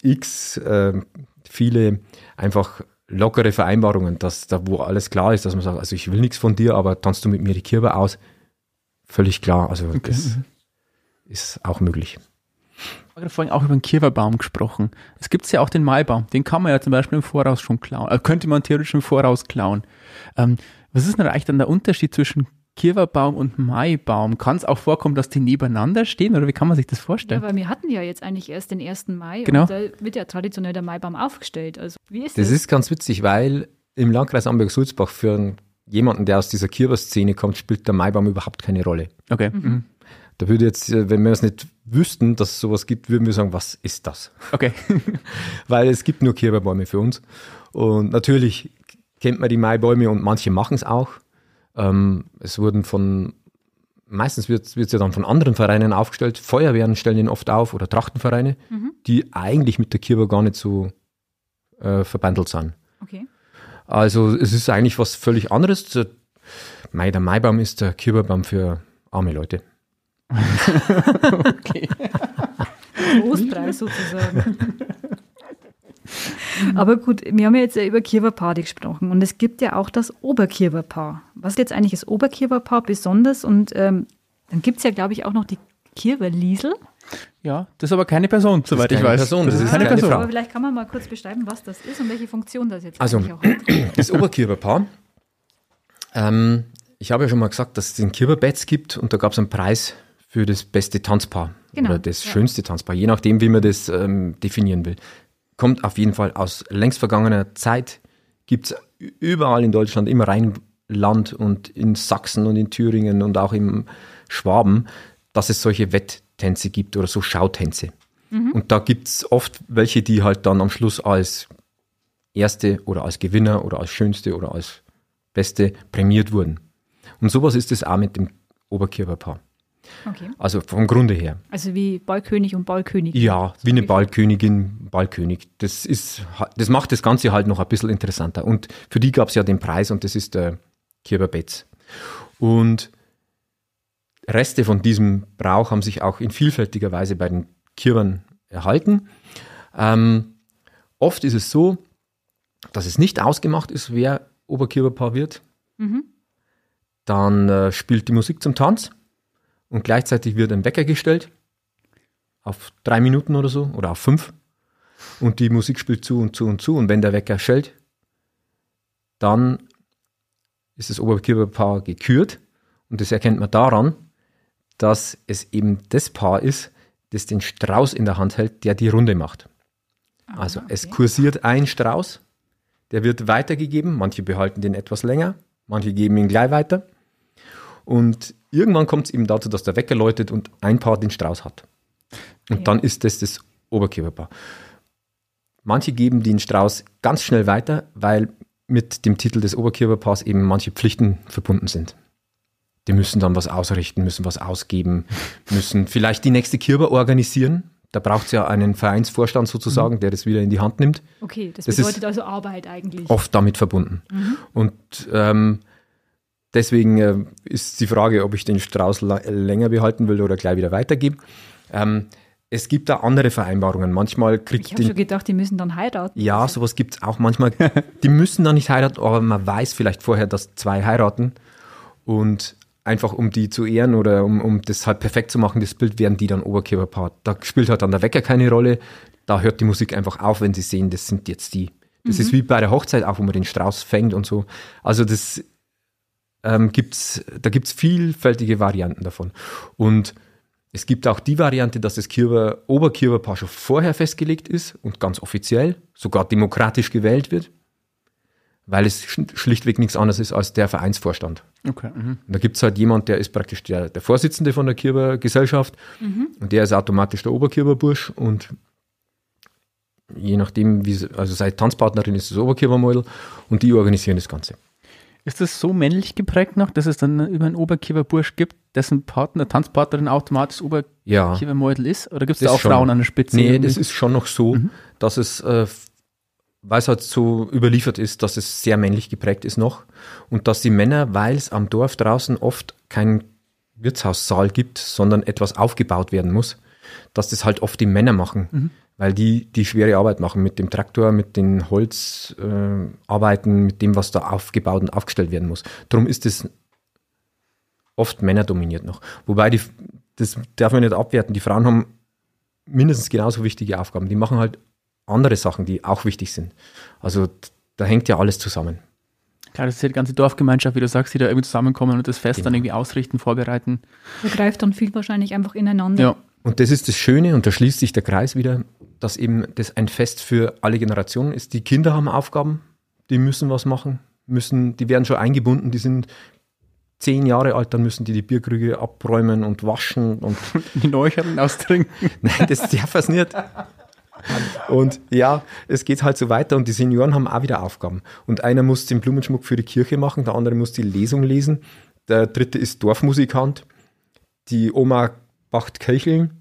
viele einfach lockere Vereinbarungen, dass da, wo alles klar ist, dass man sagt, also ich will nichts von dir, aber tanzt du mit mir die Kirbe aus? Völlig klar, also das ist auch möglich. Ich habe vorhin auch über den Kirwerbaum gesprochen. Es gibt ja auch den Maibaum, den kann man ja zum Beispiel im Voraus schon klauen, könnte man theoretisch im Voraus klauen. Was ist denn eigentlich dann der Unterschied zwischen Kirwerbaum und Maibaum? Kann es auch vorkommen, dass die nebeneinander stehen oder wie kann man sich das Ja, vorstellen? weil wir hatten ja jetzt eigentlich erst den 1. Mai Genau. und da wird ja traditionell der Maibaum aufgestellt. Also wie ist Das das? ist ganz witzig, weil im Landkreis Amberg-Sulzbach für jemanden, der aus dieser Kirberszene kommt, spielt der Maibaum überhaupt keine Rolle. Okay. Da würde jetzt, wenn wir es nicht wüssten, dass es sowas gibt, würden wir sagen, was ist das? Okay. Weil es gibt nur Kirberbäume für uns. Und natürlich kennt man die Maibäume und manche machen es auch. Es wurden meistens wird es ja dann von anderen Vereinen aufgestellt. Feuerwehren stellen ihn oft auf oder Trachtenvereine, die eigentlich mit der Kirbe gar nicht so verbandelt sind. Okay. Also es ist eigentlich was völlig anderes. Der Maibaum ist der Kirbebaum für arme Leute. Okay. Trostpreis sozusagen. Aber gut, wir haben ja jetzt über Kirwerpaare gesprochen und es gibt ja auch das Oberkirwerpaar. Was ist jetzt eigentlich das Oberkirwerpaar besonders? Und dann gibt es ja, glaube ich, auch noch die Kirwerliesel. Ja, das ist aber keine Person, soweit ich keine weiß. Person, das ist keine keine Person. Frau. Aber vielleicht kann man mal kurz beschreiben, was das ist und welche Funktion das jetzt Also, eigentlich auch hat. das Oberkirberpaar, ich habe ja schon mal gesagt, dass es den Kirberbetz gibt und da gab es einen Preis für das beste Tanzpaar Genau, oder das ja. schönste Tanzpaar, je nachdem, wie man das definieren will. Kommt auf jeden Fall aus längst vergangener Zeit, gibt es überall in Deutschland, im Rheinland und in Sachsen und in Thüringen und auch im Schwaben, dass es solche Wetttänze gibt oder so Schautänze. Und da gibt es oft welche, die halt dann am Schluss als Erste oder als Gewinner oder als Schönste oder als Beste prämiert wurden. Und sowas ist es auch mit dem Oberkirberpaar. Okay. Also vom Grunde her. Also wie Ballkönig und Ballkönigin. Ja, wie eine Ballkönigin, Ballkönig. Das macht das Ganze halt noch ein bisschen interessanter. Und für die gab es ja den Preis und das ist der Kirberbetz. Und Reste von diesem Brauch haben sich auch in vielfältiger Weise bei den Kirbern erhalten. Oft ist es so, dass es nicht ausgemacht ist, wer Oberkirberpaar wird. Dann spielt die Musik zum Tanz und gleichzeitig wird ein Wecker gestellt auf 3 Minuten oder so oder auf 5 und die Musik spielt zu und zu und zu und wenn der Wecker schellt, dann ist das Oberkirberpaar gekürt und das erkennt man daran, dass es eben das Paar ist, das den Strauß in der Hand hält, der die Runde macht. Also es kursiert ein Strauß, der wird weitergegeben, manche behalten den etwas länger, manche geben ihn gleich weiter und irgendwann kommt es eben dazu, dass der Wecker läutet und ein Paar den Strauß hat. Und dann ist das Oberkirberpaar. Manche geben den Strauß ganz schnell weiter, weil mit dem Titel des Oberkirberpaars eben manche Pflichten verbunden sind. Die müssen dann was ausrichten, müssen was ausgeben, müssen vielleicht die nächste Kirbe organisieren. Da braucht es ja einen Vereinsvorstand sozusagen, der das wieder in die Hand nimmt. Okay, das Das bedeutet ist also Arbeit eigentlich. Oft damit verbunden. Und deswegen ist die Frage, ob ich den Strauß länger behalten will oder gleich wieder weitergebe. Es gibt da andere Vereinbarungen. Manchmal kriegt Ich habe schon gedacht, die müssen dann heiraten. Ja, sowas gibt es auch manchmal. Die müssen dann nicht heiraten, aber man weiß vielleicht vorher, dass 2 heiraten. Und einfach um die zu ehren oder um das halt perfekt zu machen, das Bild, werden die dann Oberkörperpaar. Da spielt halt dann der Wecker keine Rolle. Da hört die Musik einfach auf, wenn sie sehen, das sind jetzt die. Das ist wie bei der Hochzeit auch, wo man den Strauß fängt und so. Also das da gibt's vielfältige Varianten davon. Und es gibt auch die Variante, dass das Oberkörperpaar schon vorher festgelegt ist und ganz offiziell, sogar demokratisch gewählt wird, weil es schlichtweg nichts anderes ist als der Vereinsvorstand. Okay. Und da gibt es halt jemand, der ist praktisch der Vorsitzende von der Kürbergesellschaft und der ist automatisch der Oberkörperbursch und je nachdem, also seine Tanzpartnerin ist das Oberkörpermädel und die organisieren das Ganze. Ist das so männlich geprägt noch, dass es dann über einen Oberkörperbursch gibt, dessen Tanzpartnerin automatisch Oberkörpermädel ist? Oder gibt es da auch Frauen an der Spitze? Nee, das ist schon noch so, dass es, weil es halt so überliefert ist, dass es sehr männlich geprägt ist noch und dass die Männer, weil es am Dorf draußen oft keinen Wirtshaussaal gibt, sondern etwas aufgebaut werden muss, dass das halt oft die Männer machen, weil die schwere Arbeit machen mit dem Traktor, mit den Holzarbeiten, mit dem, was da aufgebaut und aufgestellt werden muss. Darum ist es oft männerdominiert noch. Wobei, das darf man nicht abwerten, die Frauen haben mindestens genauso wichtige Aufgaben. Die machen halt andere Sachen, die auch wichtig sind. Also da hängt ja alles zusammen. Klar, das ist ja die ganze Dorfgemeinschaft, wie du sagst, die da irgendwie zusammenkommen und das Fest dann irgendwie ausrichten, vorbereiten. Da greift dann viel wahrscheinlich einfach ineinander. Ja. Und das ist das Schöne, und da schließt sich der Kreis wieder, dass eben das ein Fest für alle Generationen ist. Die Kinder haben Aufgaben, die müssen was machen, die werden schon eingebunden, die sind 10 Jahre alt, dann müssen die Bierkrüge abräumen und waschen. Und die Neucherten austrinken. Nein, das darf es nicht. Und ja, es geht halt so weiter und die Senioren haben auch wieder Aufgaben. Und einer muss den Blumenschmuck für die Kirche machen, der andere muss die Lesung lesen, der dritte ist Dorfmusikant, die Oma backt Köcheln,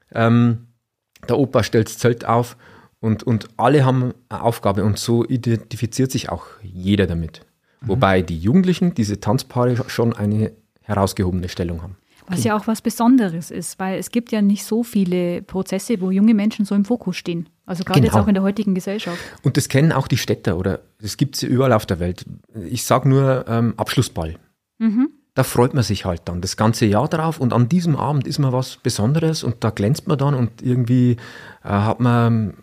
der Opa stellt das Zelt auf und alle haben eine Aufgabe und so identifiziert sich auch jeder damit. Wobei die Jugendlichen, diese Tanzpaare, schon eine herausgehobene Stellung haben. Was ja auch was Besonderes ist, weil es gibt ja nicht so viele Prozesse, wo junge Menschen so im Fokus stehen. Also gerade jetzt auch in der heutigen Gesellschaft. Und das kennen auch die Städter oder das gibt es überall auf der Welt. Ich sage nur Abschlussball. Da freut man sich halt dann das ganze Jahr drauf und an diesem Abend ist mal was Besonderes und da glänzt man dann und irgendwie kann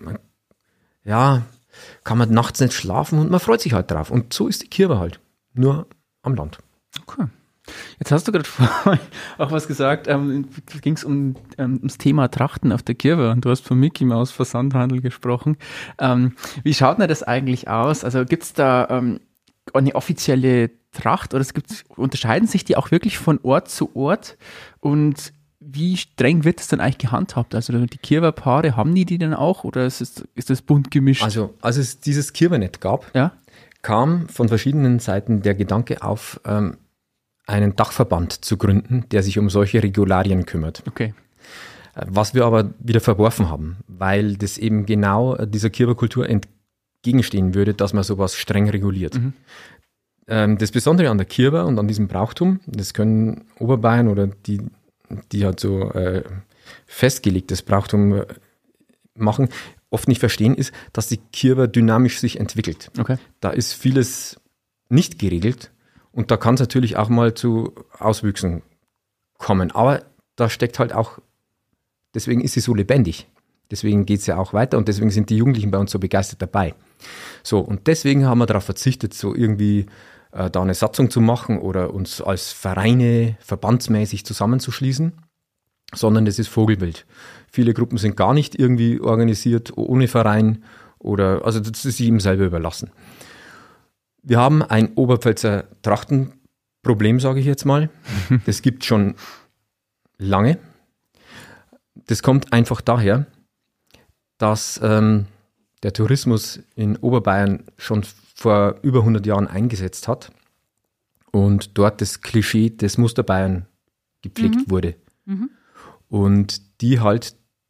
man nachts nicht schlafen und man freut sich halt drauf. Und so ist die Kirche halt, nur am Land. Okay. Jetzt hast du gerade vorhin auch was gesagt, ging es ums Thema Trachten auf der Kirche und du hast von Mickey Maus Versandhandel gesprochen. Wie schaut denn das eigentlich aus? Also gibt es da eine offizielle Tracht oder unterscheiden sich die auch wirklich von Ort zu Ort und wie streng wird das dann eigentlich gehandhabt? Also die Kirwa-Paare, haben die dann auch oder ist das bunt gemischt? Also als es dieses Kirwa-Net gab, kam von verschiedenen Seiten der Gedanke auf, einen Dachverband zu gründen, der sich um solche Regularien kümmert. Okay. Was wir aber wieder verworfen haben, weil das eben genau dieser Kirwa-Kultur entgegenstehen würde, dass man sowas streng reguliert. Das Besondere an der Kirwa und an diesem Brauchtum, das können Oberbayern oder die halt so festgelegtes Brauchtum machen, oft nicht verstehen, ist, dass die Kirwa dynamisch sich entwickelt. Okay. Da ist vieles nicht geregelt und da kann es natürlich auch mal zu Auswüchsen kommen. Aber da steckt halt auch, deswegen ist sie so lebendig. Deswegen geht es ja auch weiter und deswegen sind die Jugendlichen bei uns so begeistert dabei. So, und deswegen haben wir darauf verzichtet, so irgendwie da eine Satzung zu machen oder uns als Vereine verbandsmäßig zusammenzuschließen, sondern das ist Vogelwild. Viele Gruppen sind gar nicht irgendwie organisiert, ohne Verein also das ist ihm selber überlassen. Wir haben ein Oberpfälzer Trachtenproblem, sage ich jetzt mal. Das gibt schon lange. Das kommt einfach daher, dass der Tourismus in Oberbayern schon vor über 100 Jahren eingesetzt hat und dort das Klischee des Musterbayern gepflegt wurde. Und die halt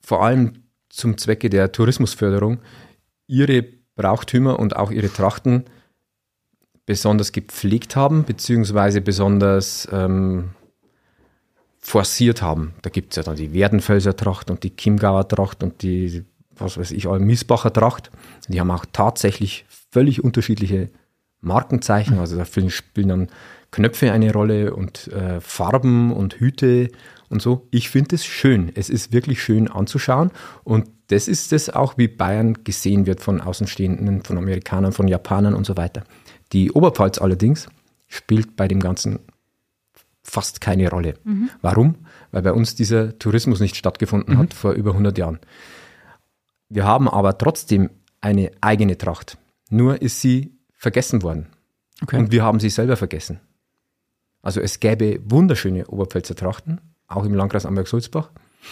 vor allem zum Zwecke der Tourismusförderung ihre Brauchtümer und auch ihre Trachten besonders gepflegt haben, beziehungsweise besonders forciert haben. Da gibt es ja dann die Werdenfelser Tracht und die Chiemgauer Tracht und die, was weiß ich, Miesbacher Tracht. Die haben auch tatsächlich völlig unterschiedliche Markenzeichen. Also da spielen dann Knöpfe eine Rolle und Farben und Hüte und so. Ich finde es schön. Es ist wirklich schön anzuschauen. Und das ist es auch, wie Bayern gesehen wird von Außenstehenden, von Amerikanern, von Japanern und so weiter. Die Oberpfalz allerdings spielt bei dem Ganzen fast keine Rolle. Warum? Weil bei uns dieser Tourismus nicht stattgefunden hat vor über 100 Jahren. Wir haben aber trotzdem eine eigene Tracht. Nur ist sie vergessen worden. Okay. Und wir haben sie selber vergessen. Also es gäbe wunderschöne Oberpfälzer Trachten, auch im Landkreis Amberg-Sulzbach.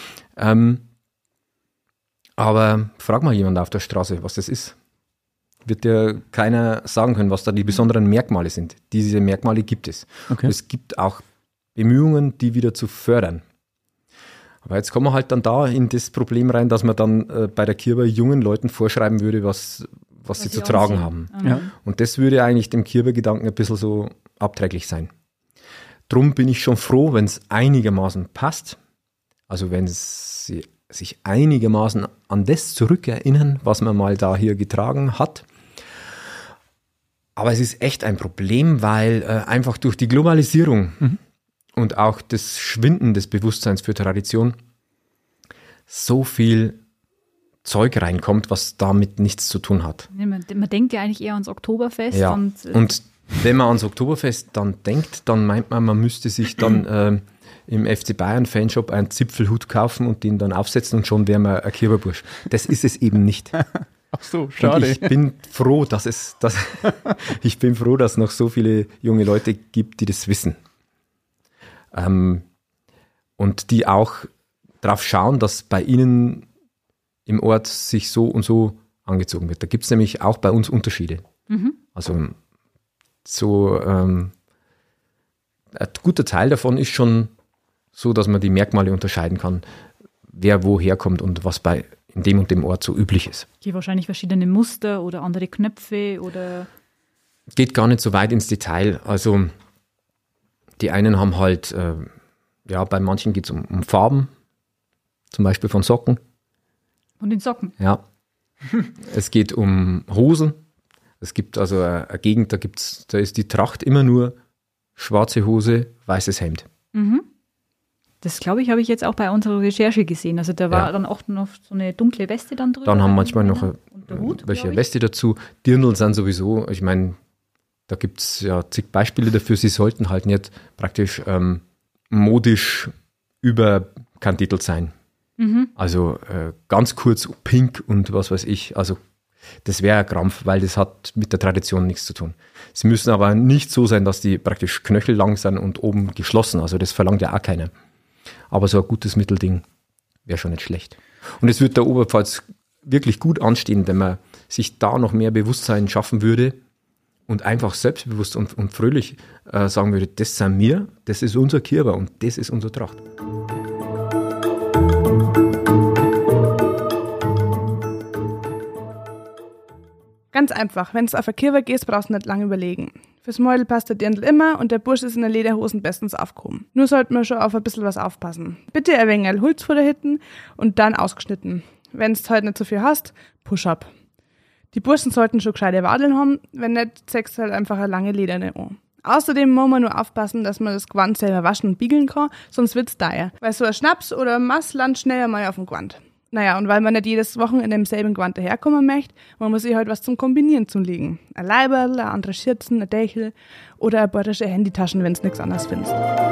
Aber frag mal jemand auf der Straße, was das ist. Wird dir keiner sagen können, was da die besonderen Merkmale sind. Diese Merkmale gibt es. Okay. Und es gibt auch Bemühungen, die wieder zu fördern. Aber jetzt kommen wir halt dann da in das Problem rein, dass man dann bei der Kirber jungen Leuten vorschreiben würde, was sie zu tragen haben. Ja. Und das würde eigentlich dem Kirbergedanken ein bisschen so abträglich sein. Drum bin ich schon froh, wenn es einigermaßen passt. Also wenn sie sich einigermaßen an das zurückerinnern, was man mal da hier getragen hat. Aber es ist echt ein Problem, weil einfach durch die Globalisierung und auch das Schwinden des Bewusstseins für Tradition so viel Zeug reinkommt, was damit nichts zu tun hat. Man denkt ja eigentlich eher ans Oktoberfest. Ja. Und wenn man ans Oktoberfest dann denkt, dann meint man müsste sich dann im FC Bayern Fanshop einen Zipfelhut kaufen und den dann aufsetzen und schon wäre man ein Kirberbursch. Das ist es eben nicht. Ach so, schade. Und ich bin froh, dass es noch so viele junge Leute gibt, die das wissen. Und die auch darauf schauen, dass bei ihnen im Ort sich so und so angezogen wird. Da gibt es nämlich auch bei uns Unterschiede. Also so ein guter Teil davon ist schon so, dass man die Merkmale unterscheiden kann, wer woher kommt und was in dem und dem Ort so üblich ist. hier wahrscheinlich verschiedene Muster oder andere Knöpfe oder. Geht gar nicht so weit ins Detail. Also die einen haben halt, bei manchen geht es um Farben, zum Beispiel von Socken. Von den Socken. Ja. Es geht um Hosen. Es gibt also eine Gegend, da ist die Tracht immer nur schwarze Hose, weißes Hemd. Das, glaube ich, habe ich jetzt auch bei unserer Recherche gesehen. Also da war dann auch noch so eine dunkle Weste dann drüber. Dann haben manchmal noch und der Hut, welche Weste dazu. Dirndl sind sowieso, ich meine, da gibt es ja zig Beispiele dafür. Sie sollten halt nicht praktisch modisch überkantitelt sein. Also ganz kurz pink und was weiß ich. Also das wäre ein Krampf, weil das hat mit der Tradition nichts zu tun. Sie müssen aber nicht so sein, dass die praktisch knöchellang sind und oben geschlossen. Also das verlangt ja auch keiner. Aber so ein gutes Mittelding wäre schon nicht schlecht. Und es wird der Oberpfalz wirklich gut anstehen, wenn man sich da noch mehr Bewusstsein schaffen würde und einfach selbstbewusst und fröhlich sagen würde, das sind wir, das ist unser Kirber und das ist unsere Tracht. Ganz einfach, wenn du auf eine Kirbe gehst, brauchst du nicht lange überlegen. Fürs Mäudel passt der Dirndl immer und der Bursch ist in der Lederhosen bestens aufgehoben. Nur sollte man schon auf ein bisschen was aufpassen. Bitte ein wenig Holz vor der Hitten und dann ausgeschnitten. Wenn du heute nicht so viel hast, Push-up. Die Burschen sollten schon gescheite Wadeln haben, wenn nicht, zeigst du halt einfach eine lange Lederne an. Außerdem muss man nur aufpassen, dass man das Gewand selber waschen und biegeln kann, sonst wird's teuer. Weil so ein Schnaps oder ein Mass landet schnell einmal auf dem Gewand. Naja, und weil man nicht jedes Wochenende im selben Gewand daherkommen möchte, man muss sich halt was zum Kombinieren zulegen. Ein Leiberl, ein anderer Schürzen, ein Dächel oder ein paar Handytaschen, wenn du nichts anderes findest.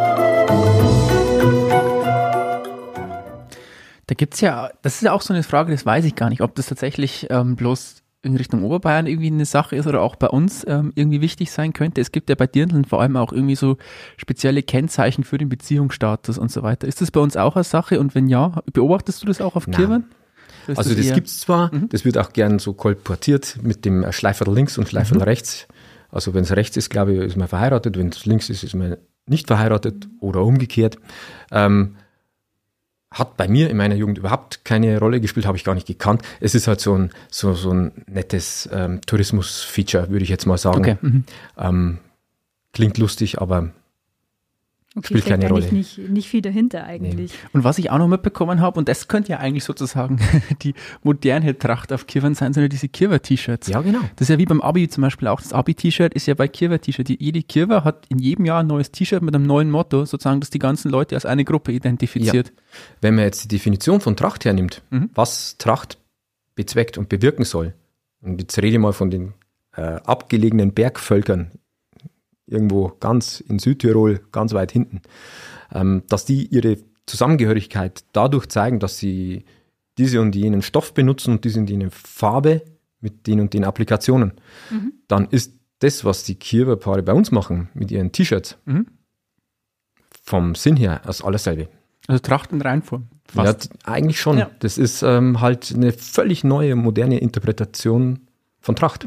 Da gibt es ja, das ist ja auch so eine Frage, das weiß ich gar nicht, ob das tatsächlich bloß in Richtung Oberbayern irgendwie eine Sache ist oder auch bei uns irgendwie wichtig sein könnte. Es gibt ja bei Dirndln vor allem auch irgendwie so spezielle Kennzeichen für den Beziehungsstatus und so weiter. Ist das bei uns auch eine Sache und wenn ja, beobachtest du das auch auf Kirben? Also das gibt es zwar, das wird auch gern so kolportiert mit dem Schleiferl links und Schleiferl rechts. Also wenn es rechts ist, glaube ich, ist man verheiratet, wenn es links ist, ist man nicht verheiratet oder umgekehrt. hat bei mir in meiner Jugend überhaupt keine Rolle gespielt, habe ich gar nicht gekannt. Es ist halt so ein nettes Tourismus-Feature, würde ich jetzt mal sagen. Okay. Klingt lustig, aber spielt keine Rolle. Nicht viel dahinter eigentlich. Nee. Und was ich auch noch mitbekommen habe, und das könnte ja eigentlich sozusagen die moderne Tracht auf Kirwern sein, sind ja diese Kirwer-T-Shirts. Ja, genau. Das ist ja wie beim Abi zum Beispiel auch. Das Abi-T-Shirt ist ja bei Kirwer-T-Shirt. Jede Kirwer hat in jedem Jahr ein neues T-Shirt mit einem neuen Motto, sozusagen, das die ganzen Leute als eine Gruppe identifiziert. Ja. Wenn man jetzt die Definition von Tracht hernimmt, was Tracht bezweckt und bewirken soll, und jetzt rede ich mal von den abgelegenen Bergvölkern, irgendwo ganz in Südtirol, ganz weit hinten, dass die ihre Zusammengehörigkeit dadurch zeigen, dass sie diese und jenen Stoff benutzen und diese und jene Farbe mit den und den Applikationen. Dann ist das, was die Kirwerpaare bei uns machen mit ihren T-Shirts, vom Sinn her das alles selbe. Also Tracht in Reinform. Fast. Ja, eigentlich schon. Ja. Das ist halt eine völlig neue, moderne Interpretation von Tracht.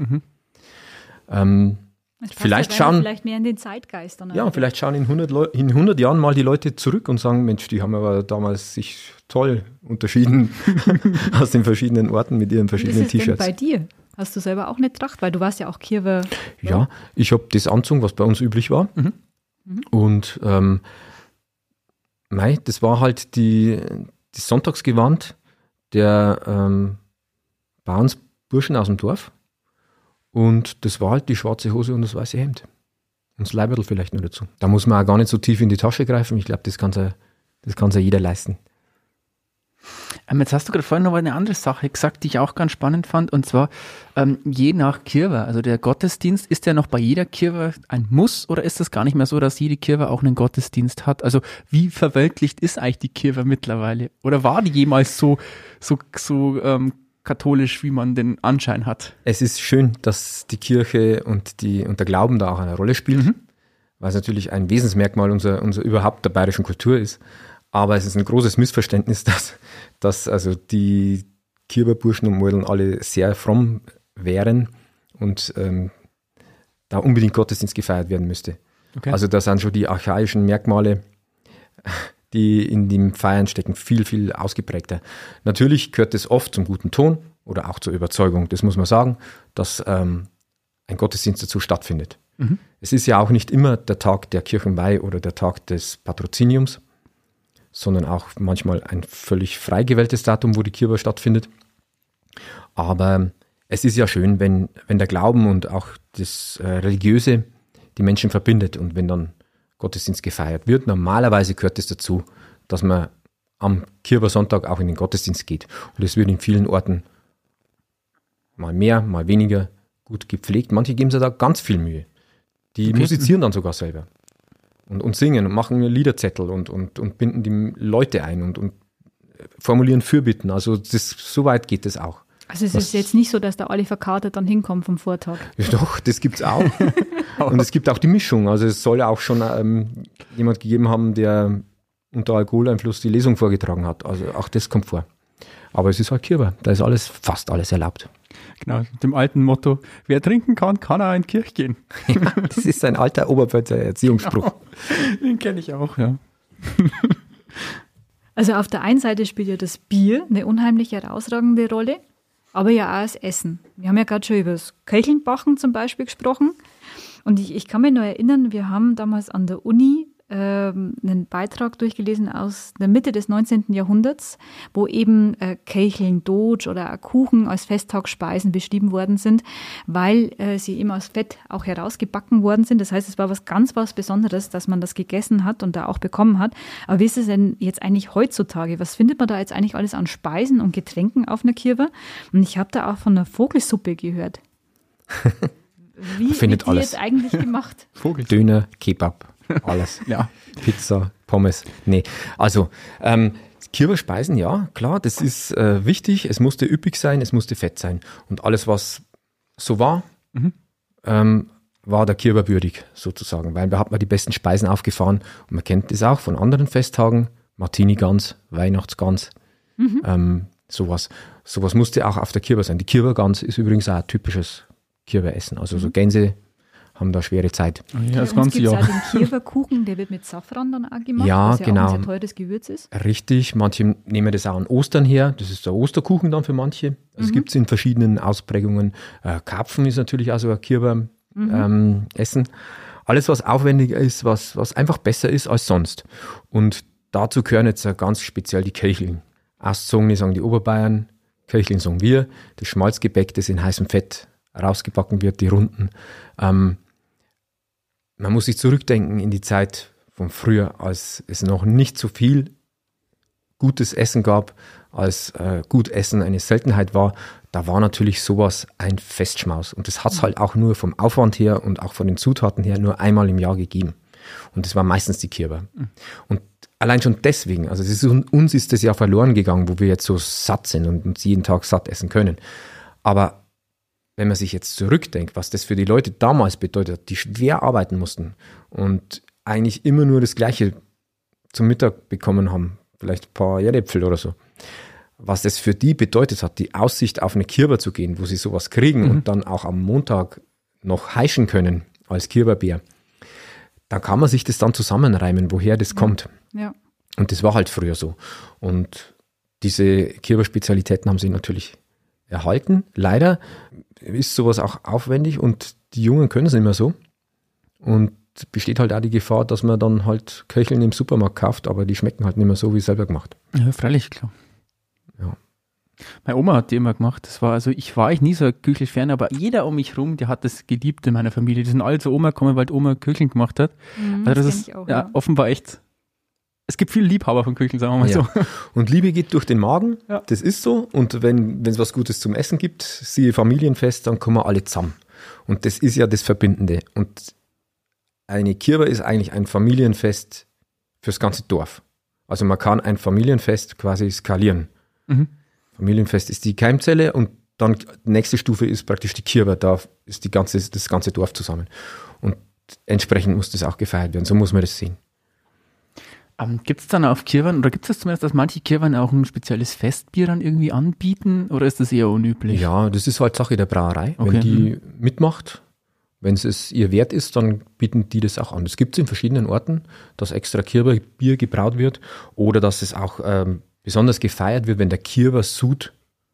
Vielleicht mehr in den Zeitgeist. Ja, vielleicht schauen in 100 Jahren mal die Leute zurück und sagen, Mensch, die haben aber damals sich toll unterschieden aus den verschiedenen Orten mit ihren verschiedenen T-Shirts. Denn bei dir? Hast du selber auch eine Tracht? Weil du warst ja auch Kirwer. Ja, ich habe das angezogen, was bei uns üblich war. Und das war halt das Sonntagsgewand der Bauernsburschen aus dem Dorf. Und das war halt die schwarze Hose und das weiße Hemd. Und das Leiberl vielleicht nur dazu. Da muss man auch gar nicht so tief in die Tasche greifen. Ich glaube, das kann sich jeder leisten. Jetzt hast du gerade vorhin noch eine andere Sache gesagt, die ich auch ganz spannend fand. Und zwar, je nach Kirwa, also der Gottesdienst, ist der noch bei jeder Kirwa ein Muss oder ist das gar nicht mehr so, dass jede Kirwa auch einen Gottesdienst hat? Also wie verweltlicht ist eigentlich die Kirwa mittlerweile? Oder war die jemals so katholisch, wie man den Anschein hat? Es ist schön, dass die Kirche und der Glauben da auch eine Rolle spielt, weil es natürlich ein Wesensmerkmal unser überhaupt der bayerischen Kultur ist. Aber es ist ein großes Missverständnis, dass also die Kirwerburschen und Mädeln alle sehr fromm wären und da unbedingt Gottesdienst gefeiert werden müsste. Okay. Also da sind schon die archaischen Merkmale, die in dem Feiern stecken, viel, viel ausgeprägter. Natürlich gehört es oft zum guten Ton oder auch zur Überzeugung, das muss man sagen, dass ein Gottesdienst dazu stattfindet. Es ist ja auch nicht immer der Tag der Kirchenweih oder der Tag des Patroziniums, sondern auch manchmal ein völlig frei gewähltes Datum, wo die Kirche stattfindet. Aber es ist ja schön, wenn der Glauben und auch das Religiöse die Menschen verbindet und wenn dann Gottesdienst gefeiert wird. Normalerweise gehört es dazu, dass man am Kirchersonntag auch in den Gottesdienst geht. Und es wird in vielen Orten mal mehr, mal weniger gut gepflegt. Manche geben sich da ganz viel Mühe. Die musizieren dann sogar selber und singen und machen Liederzettel und binden die Leute ein und formulieren Fürbitten. Also so weit geht es auch. Also es ist jetzt nicht so, dass da alle verkatert dann hinkommen vom Vortag. Ja, doch, das gibt's auch. Und es gibt auch die Mischung. Also es soll ja auch schon jemand gegeben haben, der unter Alkoholeinfluss die Lesung vorgetragen hat. Also auch das kommt vor. Aber es ist halt Kirche. Da ist fast alles erlaubt. Genau, mit dem alten Motto, wer trinken kann, kann auch in die Kirche gehen. Ja, das ist ein alter Oberpfälzer Erziehungsspruch. Genau. Den kenne ich auch, ja. Also auf der einen Seite spielt ja das Bier eine unheimlich herausragende Rolle, aber ja auch das Essen. Wir haben ja gerade schon über das Köchelnbachen zum Beispiel gesprochen. Und ich kann mich noch erinnern, wir haben damals an der Uni einen Beitrag durchgelesen aus der Mitte des 19. Jahrhunderts, wo eben Kelcheln, Dotsch oder auch Kuchen als Festtagsspeisen beschrieben worden sind, weil sie eben aus Fett auch herausgebacken worden sind. Das heißt, es war was Besonderes, dass man das gegessen hat und da auch bekommen hat. Aber wie ist es denn jetzt eigentlich heutzutage? Was findet man da jetzt eigentlich alles an Speisen und Getränken auf einer Kirche? Und ich habe da auch von einer Vogelsuppe gehört. Wie wird die jetzt eigentlich gemacht? Döner, Kebab. Alles. Ja. Pizza, Pommes. Nee, also Kircherspeisen, ja, klar, das ist wichtig. Es musste üppig sein, es musste fett sein. Und alles, was so war, war der Kirche würdig, sozusagen. Weil da hat man die besten Speisen aufgefahren. Und man kennt das auch von anderen Festtagen. Martini-Gans, Weihnachtsgans, sowas. Sowas musste auch auf der Kirche sein. Die Kirchegans ist übrigens auch ein typisches Kircheessen. Also so Gänse haben da schwere Zeit. Ja, das Bei uns ganze gibt es Jahr. auch den Kierverkuchen, der wird mit Safran dann auch gemacht, Ja, was ja genau. auch ein sehr teures Gewürz ist. Richtig, manche nehmen das auch an Ostern her. Das ist der Osterkuchen dann für manche. Also es gibt es in verschiedenen Ausprägungen. Karpfen ist natürlich auch so ein Kirber Essen. Alles, was aufwendiger ist, was einfach besser ist als sonst. Und dazu gehören jetzt ganz speziell die Köcheln. Auszogene sagen die Oberbayern, Köcheln sagen wir. Das Schmalzgebäck, das in heißem Fett rausgebacken wird, die Runden. Man muss sich zurückdenken in die Zeit von früher, als es noch nicht so viel gutes Essen gab, als gut Essen eine Seltenheit war. Da war natürlich sowas ein Festschmaus. Und das hat es halt auch nur vom Aufwand her und auch von den Zutaten her nur einmal im Jahr gegeben. Und das war meistens die Kirber. Und allein schon deswegen, also uns ist das ja verloren gegangen, wo wir jetzt so satt sind und uns jeden Tag satt essen können. Aber wenn man sich jetzt zurückdenkt, was das für die Leute damals bedeutet hat, die schwer arbeiten mussten und eigentlich immer nur das Gleiche zum Mittag bekommen haben, vielleicht ein paar Erdäpfel oder so, was das für die bedeutet hat, die Aussicht auf eine Kirber zu gehen, wo sie sowas kriegen und dann auch am Montag noch heischen können als Kirberbär, dann kann man sich das dann zusammenreimen, woher das kommt. Ja. Und das war halt früher so. Und diese Kirberspezialitäten haben sie natürlich erhalten. Leider ist sowas auch aufwendig und die Jungen können es nicht mehr so. Und besteht halt auch die Gefahr, dass man dann halt Köcheln im Supermarkt kauft, aber die schmecken halt nicht mehr so wie selber gemacht. Ja, freilich, klar. Ja. Meine Oma hat die immer gemacht. Das war, also ich war nie so ein Küchelfan, aber jeder um mich rum, der hat das geliebt in meiner Familie. Die sind alle zur Oma gekommen, weil die Oma Kücheln gemacht hat. Also das ist kenn ich auch, ja, offenbar echt. Es gibt viele Liebhaber von Kücheln, sagen wir mal so. Und Liebe geht durch den Magen, Ja. das ist so. Und wenn es was Gutes zum Essen gibt, siehe Familienfest, dann kommen wir alle zusammen. Und das ist ja das Verbindende. Und eine Kirber ist eigentlich ein Familienfest fürs ganze Dorf. Also man kann ein Familienfest quasi skalieren. Mhm. Familienfest ist die Keimzelle und dann die nächste Stufe ist praktisch die Kirber. Da ist das ganze Dorf zusammen. Und entsprechend muss das auch gefeiert werden. So muss man das sehen. Gibt es dann auf Kirwan, oder gibt es zumindest, dass manche Kirwan auch ein spezielles Festbier dann irgendwie anbieten, oder ist das eher unüblich? Ja, das ist halt Sache der Brauerei. Okay. Wenn die mitmacht, wenn es ihr wert ist, dann bieten die das auch an. Das gibt es in verschiedenen Orten, dass extra Kirberbier gebraut wird oder dass es auch besonders gefeiert wird, wenn der Kirbersud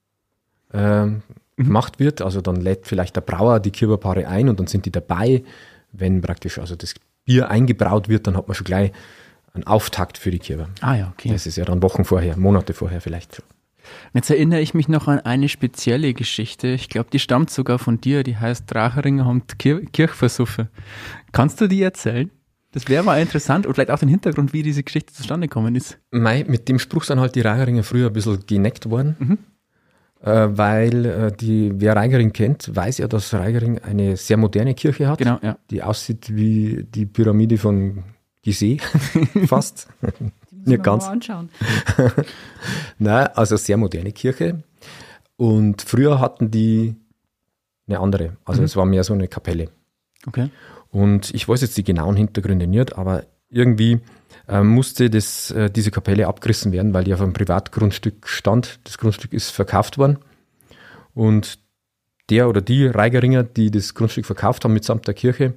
gemacht wird. Also dann lädt vielleicht der Brauer die Kirberpaare ein und dann sind die dabei. Wenn praktisch also das Bier eingebraut wird, dann hat man schon gleich einen Auftakt für die Kirber. Ah ja, okay. Das ist ja dann Wochen vorher, Monate vorher vielleicht schon. Jetzt erinnere ich mich noch an eine spezielle Geschichte. Ich glaube, die stammt sogar von dir. Die heißt Dracheringer haben Kirchversuffe. Kannst du die erzählen? Das wäre mal interessant und vielleicht auch den Hintergrund, wie diese Geschichte zustande gekommen ist. Mit dem Spruch sind halt die Reigeringer früher ein bisschen geneckt worden, weil wer Reigering kennt, weiß ja, dass Reigering eine sehr moderne Kirche hat, Genau, ja. die aussieht wie die Pyramide von Gizeh, fast. Die Nicht ganz. mal anschauen. Nein, also sehr moderne Kirche. Und früher hatten die eine andere. Also es war mehr so eine Kapelle. Okay. Und ich weiß jetzt die genauen Hintergründe nicht, aber irgendwie musste diese Kapelle abgerissen werden, weil die auf einem Privatgrundstück stand. Das Grundstück ist verkauft worden. Und der oder die Reigeringer, die das Grundstück verkauft haben mitsamt der Kirche,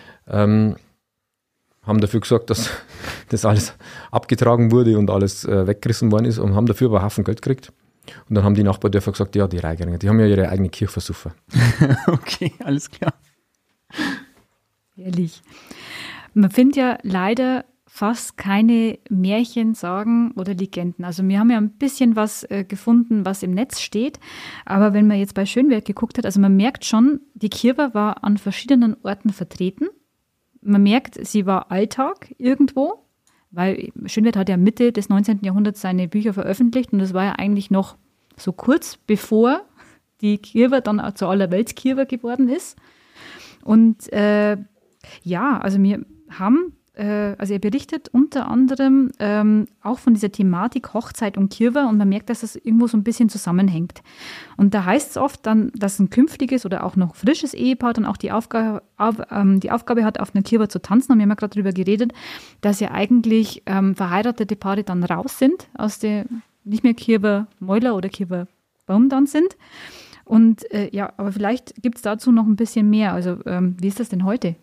haben dafür gesorgt, dass das alles abgetragen wurde und alles weggerissen worden ist und haben dafür aber einen Haufen Geld gekriegt. Und dann haben die Nachbardörfer gesagt, ja, die Reigeringer, die haben ja ihre eigene Kirchversuffer. Okay, alles klar. Ehrlich. Man findet ja leider fast keine Märchen, Sagen oder Legenden. Also wir haben ja ein bisschen was gefunden, was im Netz steht. Aber wenn man jetzt bei Schönwerk geguckt hat, also man merkt schon, die Kirber war an verschiedenen Orten vertreten. Man merkt, sie war Alltag irgendwo, weil Schönwerk hat ja Mitte des 19. Jahrhunderts seine Bücher veröffentlicht und das war ja eigentlich noch so kurz bevor die Kirber dann auch zur Allerweltskirber geworden ist. Und also wir haben, also er berichtet unter anderem auch von dieser Thematik Hochzeit und Kirber und man merkt, dass das irgendwo so ein bisschen zusammenhängt. Und da heißt es oft dann, dass ein künftiges oder auch noch frisches Ehepaar dann auch die Aufgabe hat, auf einer Kirber zu tanzen. Und wir haben ja gerade darüber geredet, dass ja eigentlich verheiratete Paare dann raus sind, aus der nicht mehr Kirbermäuler oder Kirberbaum dann sind. Und ja, aber vielleicht gibt es dazu noch ein bisschen mehr. Also wie ist das denn heute?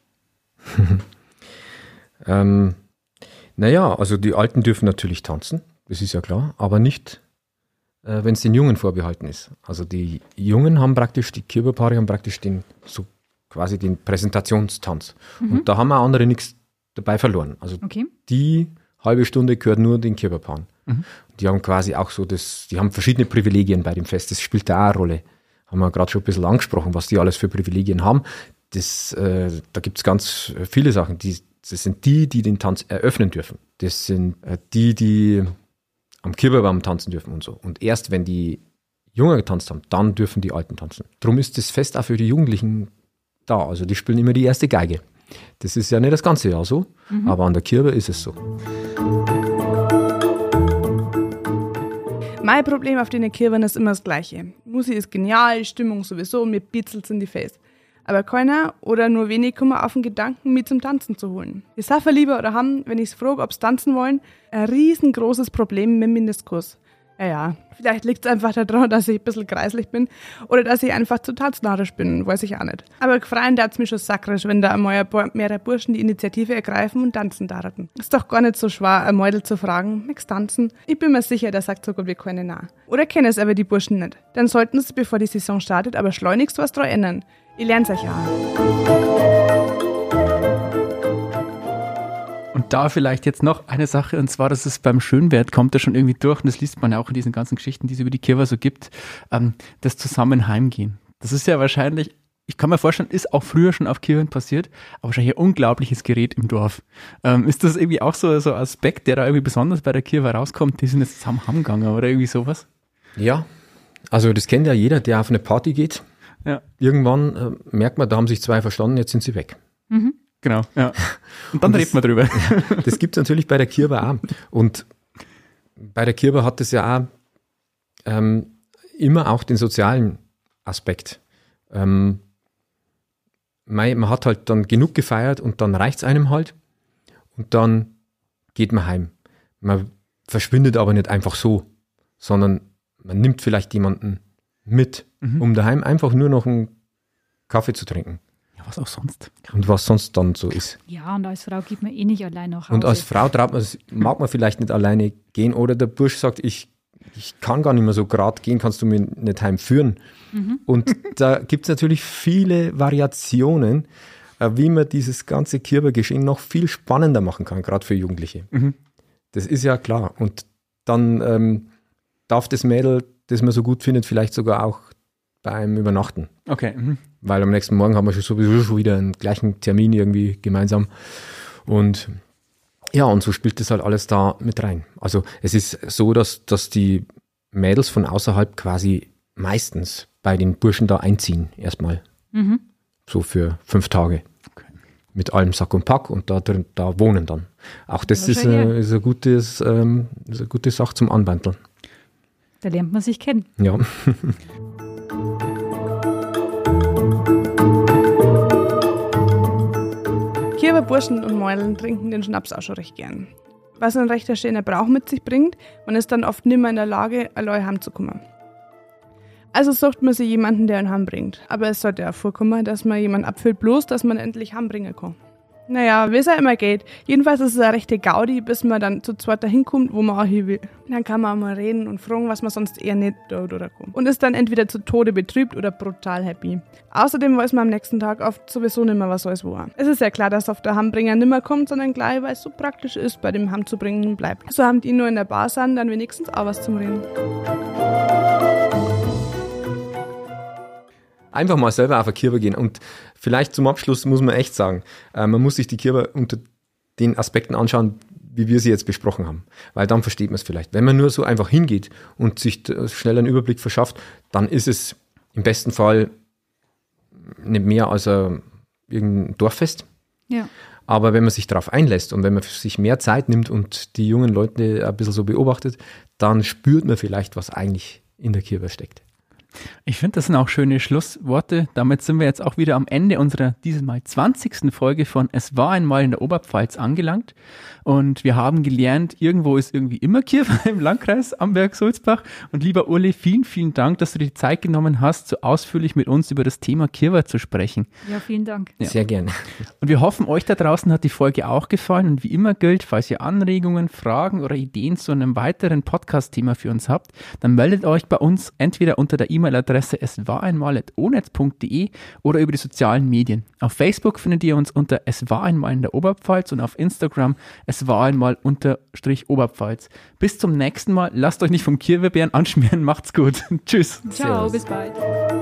Naja, also die Alten dürfen natürlich tanzen, das ist ja klar, aber nicht, wenn es den Jungen vorbehalten ist. Also die Jungen haben praktisch, die Kirberpaare haben praktisch quasi den Präsentationstanz. Und da haben auch andere nichts dabei verloren. Also die halbe Stunde gehört nur den Kirberpaaren. Die haben quasi auch so die haben verschiedene Privilegien bei dem Fest. Das spielt da auch eine Rolle. Haben wir gerade schon ein bisschen angesprochen, was die alles für Privilegien haben. Da gibt es ganz viele Sachen. Das sind die den Tanz eröffnen dürfen. Das sind die am Kirberbaum tanzen dürfen und so. Und erst wenn die Jungen getanzt haben, dann dürfen die Alten tanzen. Drum ist das Fest auch für die Jugendlichen da. Also die spielen immer die erste Geige. Das ist ja nicht das ganze Jahr so, aber an der Kirbe ist es so. Mein Problem auf den Kirben ist immer das Gleiche. Musik ist genial, Stimmung sowieso und mir bitzelt's in die Face. Aber keiner oder nur wenig kommen auf den Gedanken, mich zum Tanzen zu holen. Die Sachen lieber oder haben, wenn ich frage, ob sie tanzen wollen, ein riesengroßes Problem mit dem Mindestkurs. Ja, vielleicht liegt es einfach daran, dass ich ein bisschen kreislich bin oder dass ich einfach zu tanznarisch bin, weiß ich auch nicht. Aber gefreien darf es mich schon sakrisch, wenn da einmal mehrere Burschen die Initiative ergreifen und tanzen darten. Ist doch gar nicht so schwer, ein Mädel zu fragen, magst tanzen? Ich bin mir sicher, der sagt so gut wie keine Nein. Oder kennen es aber die Burschen nicht. Dann sollten sie, bevor die Saison startet, aber schleunigst was dran ändern. Ich lern's euch auch. Und da vielleicht jetzt noch eine Sache, und zwar, dass es beim Schönwert kommt ja schon irgendwie durch, und das liest man ja auch in diesen ganzen Geschichten, die es über die Kirwa so gibt, das zusammen heimgehen. Das ist ja wahrscheinlich, ich kann mir vorstellen, ist auch früher schon auf Kirchen passiert, aber wahrscheinlich ein unglaubliches Gerät im Dorf. Ist das irgendwie auch so ein Aspekt, der da irgendwie besonders bei der Kirwa rauskommt, die sind jetzt zusammen heimgegangen oder irgendwie sowas? Ja, also das kennt ja jeder, der auf eine Party geht. Ja. Irgendwann merkt man, da haben sich zwei verstanden, jetzt sind sie weg. Mhm. Genau, ja. Und dann redet man drüber. Das gibt es natürlich bei der Kirwa auch. Und bei der Kirwa hat es ja auch immer auch den sozialen Aspekt. Man hat halt dann genug gefeiert und dann reicht es einem halt. Und dann geht man heim. Man verschwindet aber nicht einfach so, sondern man nimmt vielleicht jemanden mit, um daheim einfach nur noch einen Kaffee zu trinken. Was auch sonst. Und was sonst dann so ist. Ja, und als Frau geht man eh nicht allein nach Hause. Und als Frau mag man vielleicht nicht alleine gehen. Oder der Bursch sagt, ich kann gar nicht mehr so gerade gehen, kannst du mir nicht heimführen. Und da gibt es natürlich viele Variationen, wie man dieses ganze Kirbergeschehen noch viel spannender machen kann, gerade für Jugendliche. Das ist ja klar. Und dann darf das Mädel, das man so gut findet, vielleicht sogar auch bei einem übernachten. Okay. Weil am nächsten Morgen haben wir sowieso schon wieder einen gleichen Termin irgendwie gemeinsam. Und ja, und so spielt das halt alles da mit rein. Also es ist so, dass die Mädels von außerhalb quasi meistens bei den Burschen da einziehen erstmal. So für 5 Tage. Okay. Mit allem Sack und Pack und da wohnen dann. Auch das ist eine gute Sache zum Anbandeln. Da lernt man sich kennen. Ja. Kirberburschen und Mäudeln trinken den Schnaps auch schon recht gern. Was ein rechter schöner Brauch mit sich bringt, man ist dann oft nimmer in der Lage, allein heimzukommen. Also sucht man sich jemanden, der ihn heimbringt. Aber es sollte auch vorkommen, dass man jemanden abfüllt, bloß, dass man endlich heimbringen kann. Naja, wie es auch immer geht. Jedenfalls ist es eine rechte Gaudi, bis man dann zu zweit dahin kommt, wo man auch hin will. Dann kann man auch mal reden und fragen, was man sonst eher nicht tut oder kann. Und ist dann entweder zu Tode betrübt oder brutal happy. Außerdem weiß man am nächsten Tag oft sowieso nicht mehr, was alles war. Es ist ja klar, dass auf der Heimbringer nicht mehr kommt, sondern gleich, weil es so praktisch ist, bei dem Heimzubringen bleibt. So haben die nur in der Bar sind, dann wenigstens auch was zum Reden. Einfach mal selber auf eine Kirbe gehen. Und vielleicht zum Abschluss muss man echt sagen, man muss sich die Kirbe unter den Aspekten anschauen, wie wir sie jetzt besprochen haben. Weil dann versteht man es vielleicht. Wenn man nur so einfach hingeht und sich schnell einen Überblick verschafft, dann ist es im besten Fall nicht mehr als irgendein Dorffest. Ja. Aber wenn man sich darauf einlässt und wenn man sich mehr Zeit nimmt und die jungen Leute ein bisschen so beobachtet, dann spürt man vielleicht, was eigentlich in der Kirbe steckt. Ich finde, das sind auch schöne Schlussworte. Damit sind wir jetzt auch wieder am Ende unserer diesmal 20. Folge von Es war einmal in der Oberpfalz angelangt. Und wir haben gelernt, irgendwo ist irgendwie immer Kirwa im Landkreis Amberg-Sulzbach. Und lieber Uli, vielen, vielen Dank, dass du dir die Zeit genommen hast, so ausführlich mit uns über das Thema Kirwa zu sprechen. Ja, vielen Dank. Ja. Sehr gerne. Und wir hoffen, euch da draußen hat die Folge auch gefallen. Und wie immer gilt, falls ihr Anregungen, Fragen oder Ideen zu einem weiteren Podcast-Thema für uns habt, dann meldet euch bei uns entweder unter der E-Mail-Adresse eswareinmal@onetz.de oder über die sozialen Medien. Auf Facebook findet ihr uns unter Es war einmal in der Oberpfalz und auf Instagram Es war einmal _Oberpfalz. Bis zum nächsten Mal. Lasst euch nicht vom Kirwebären anschmieren. Macht's gut. Tschüss. Ciao, bis bald.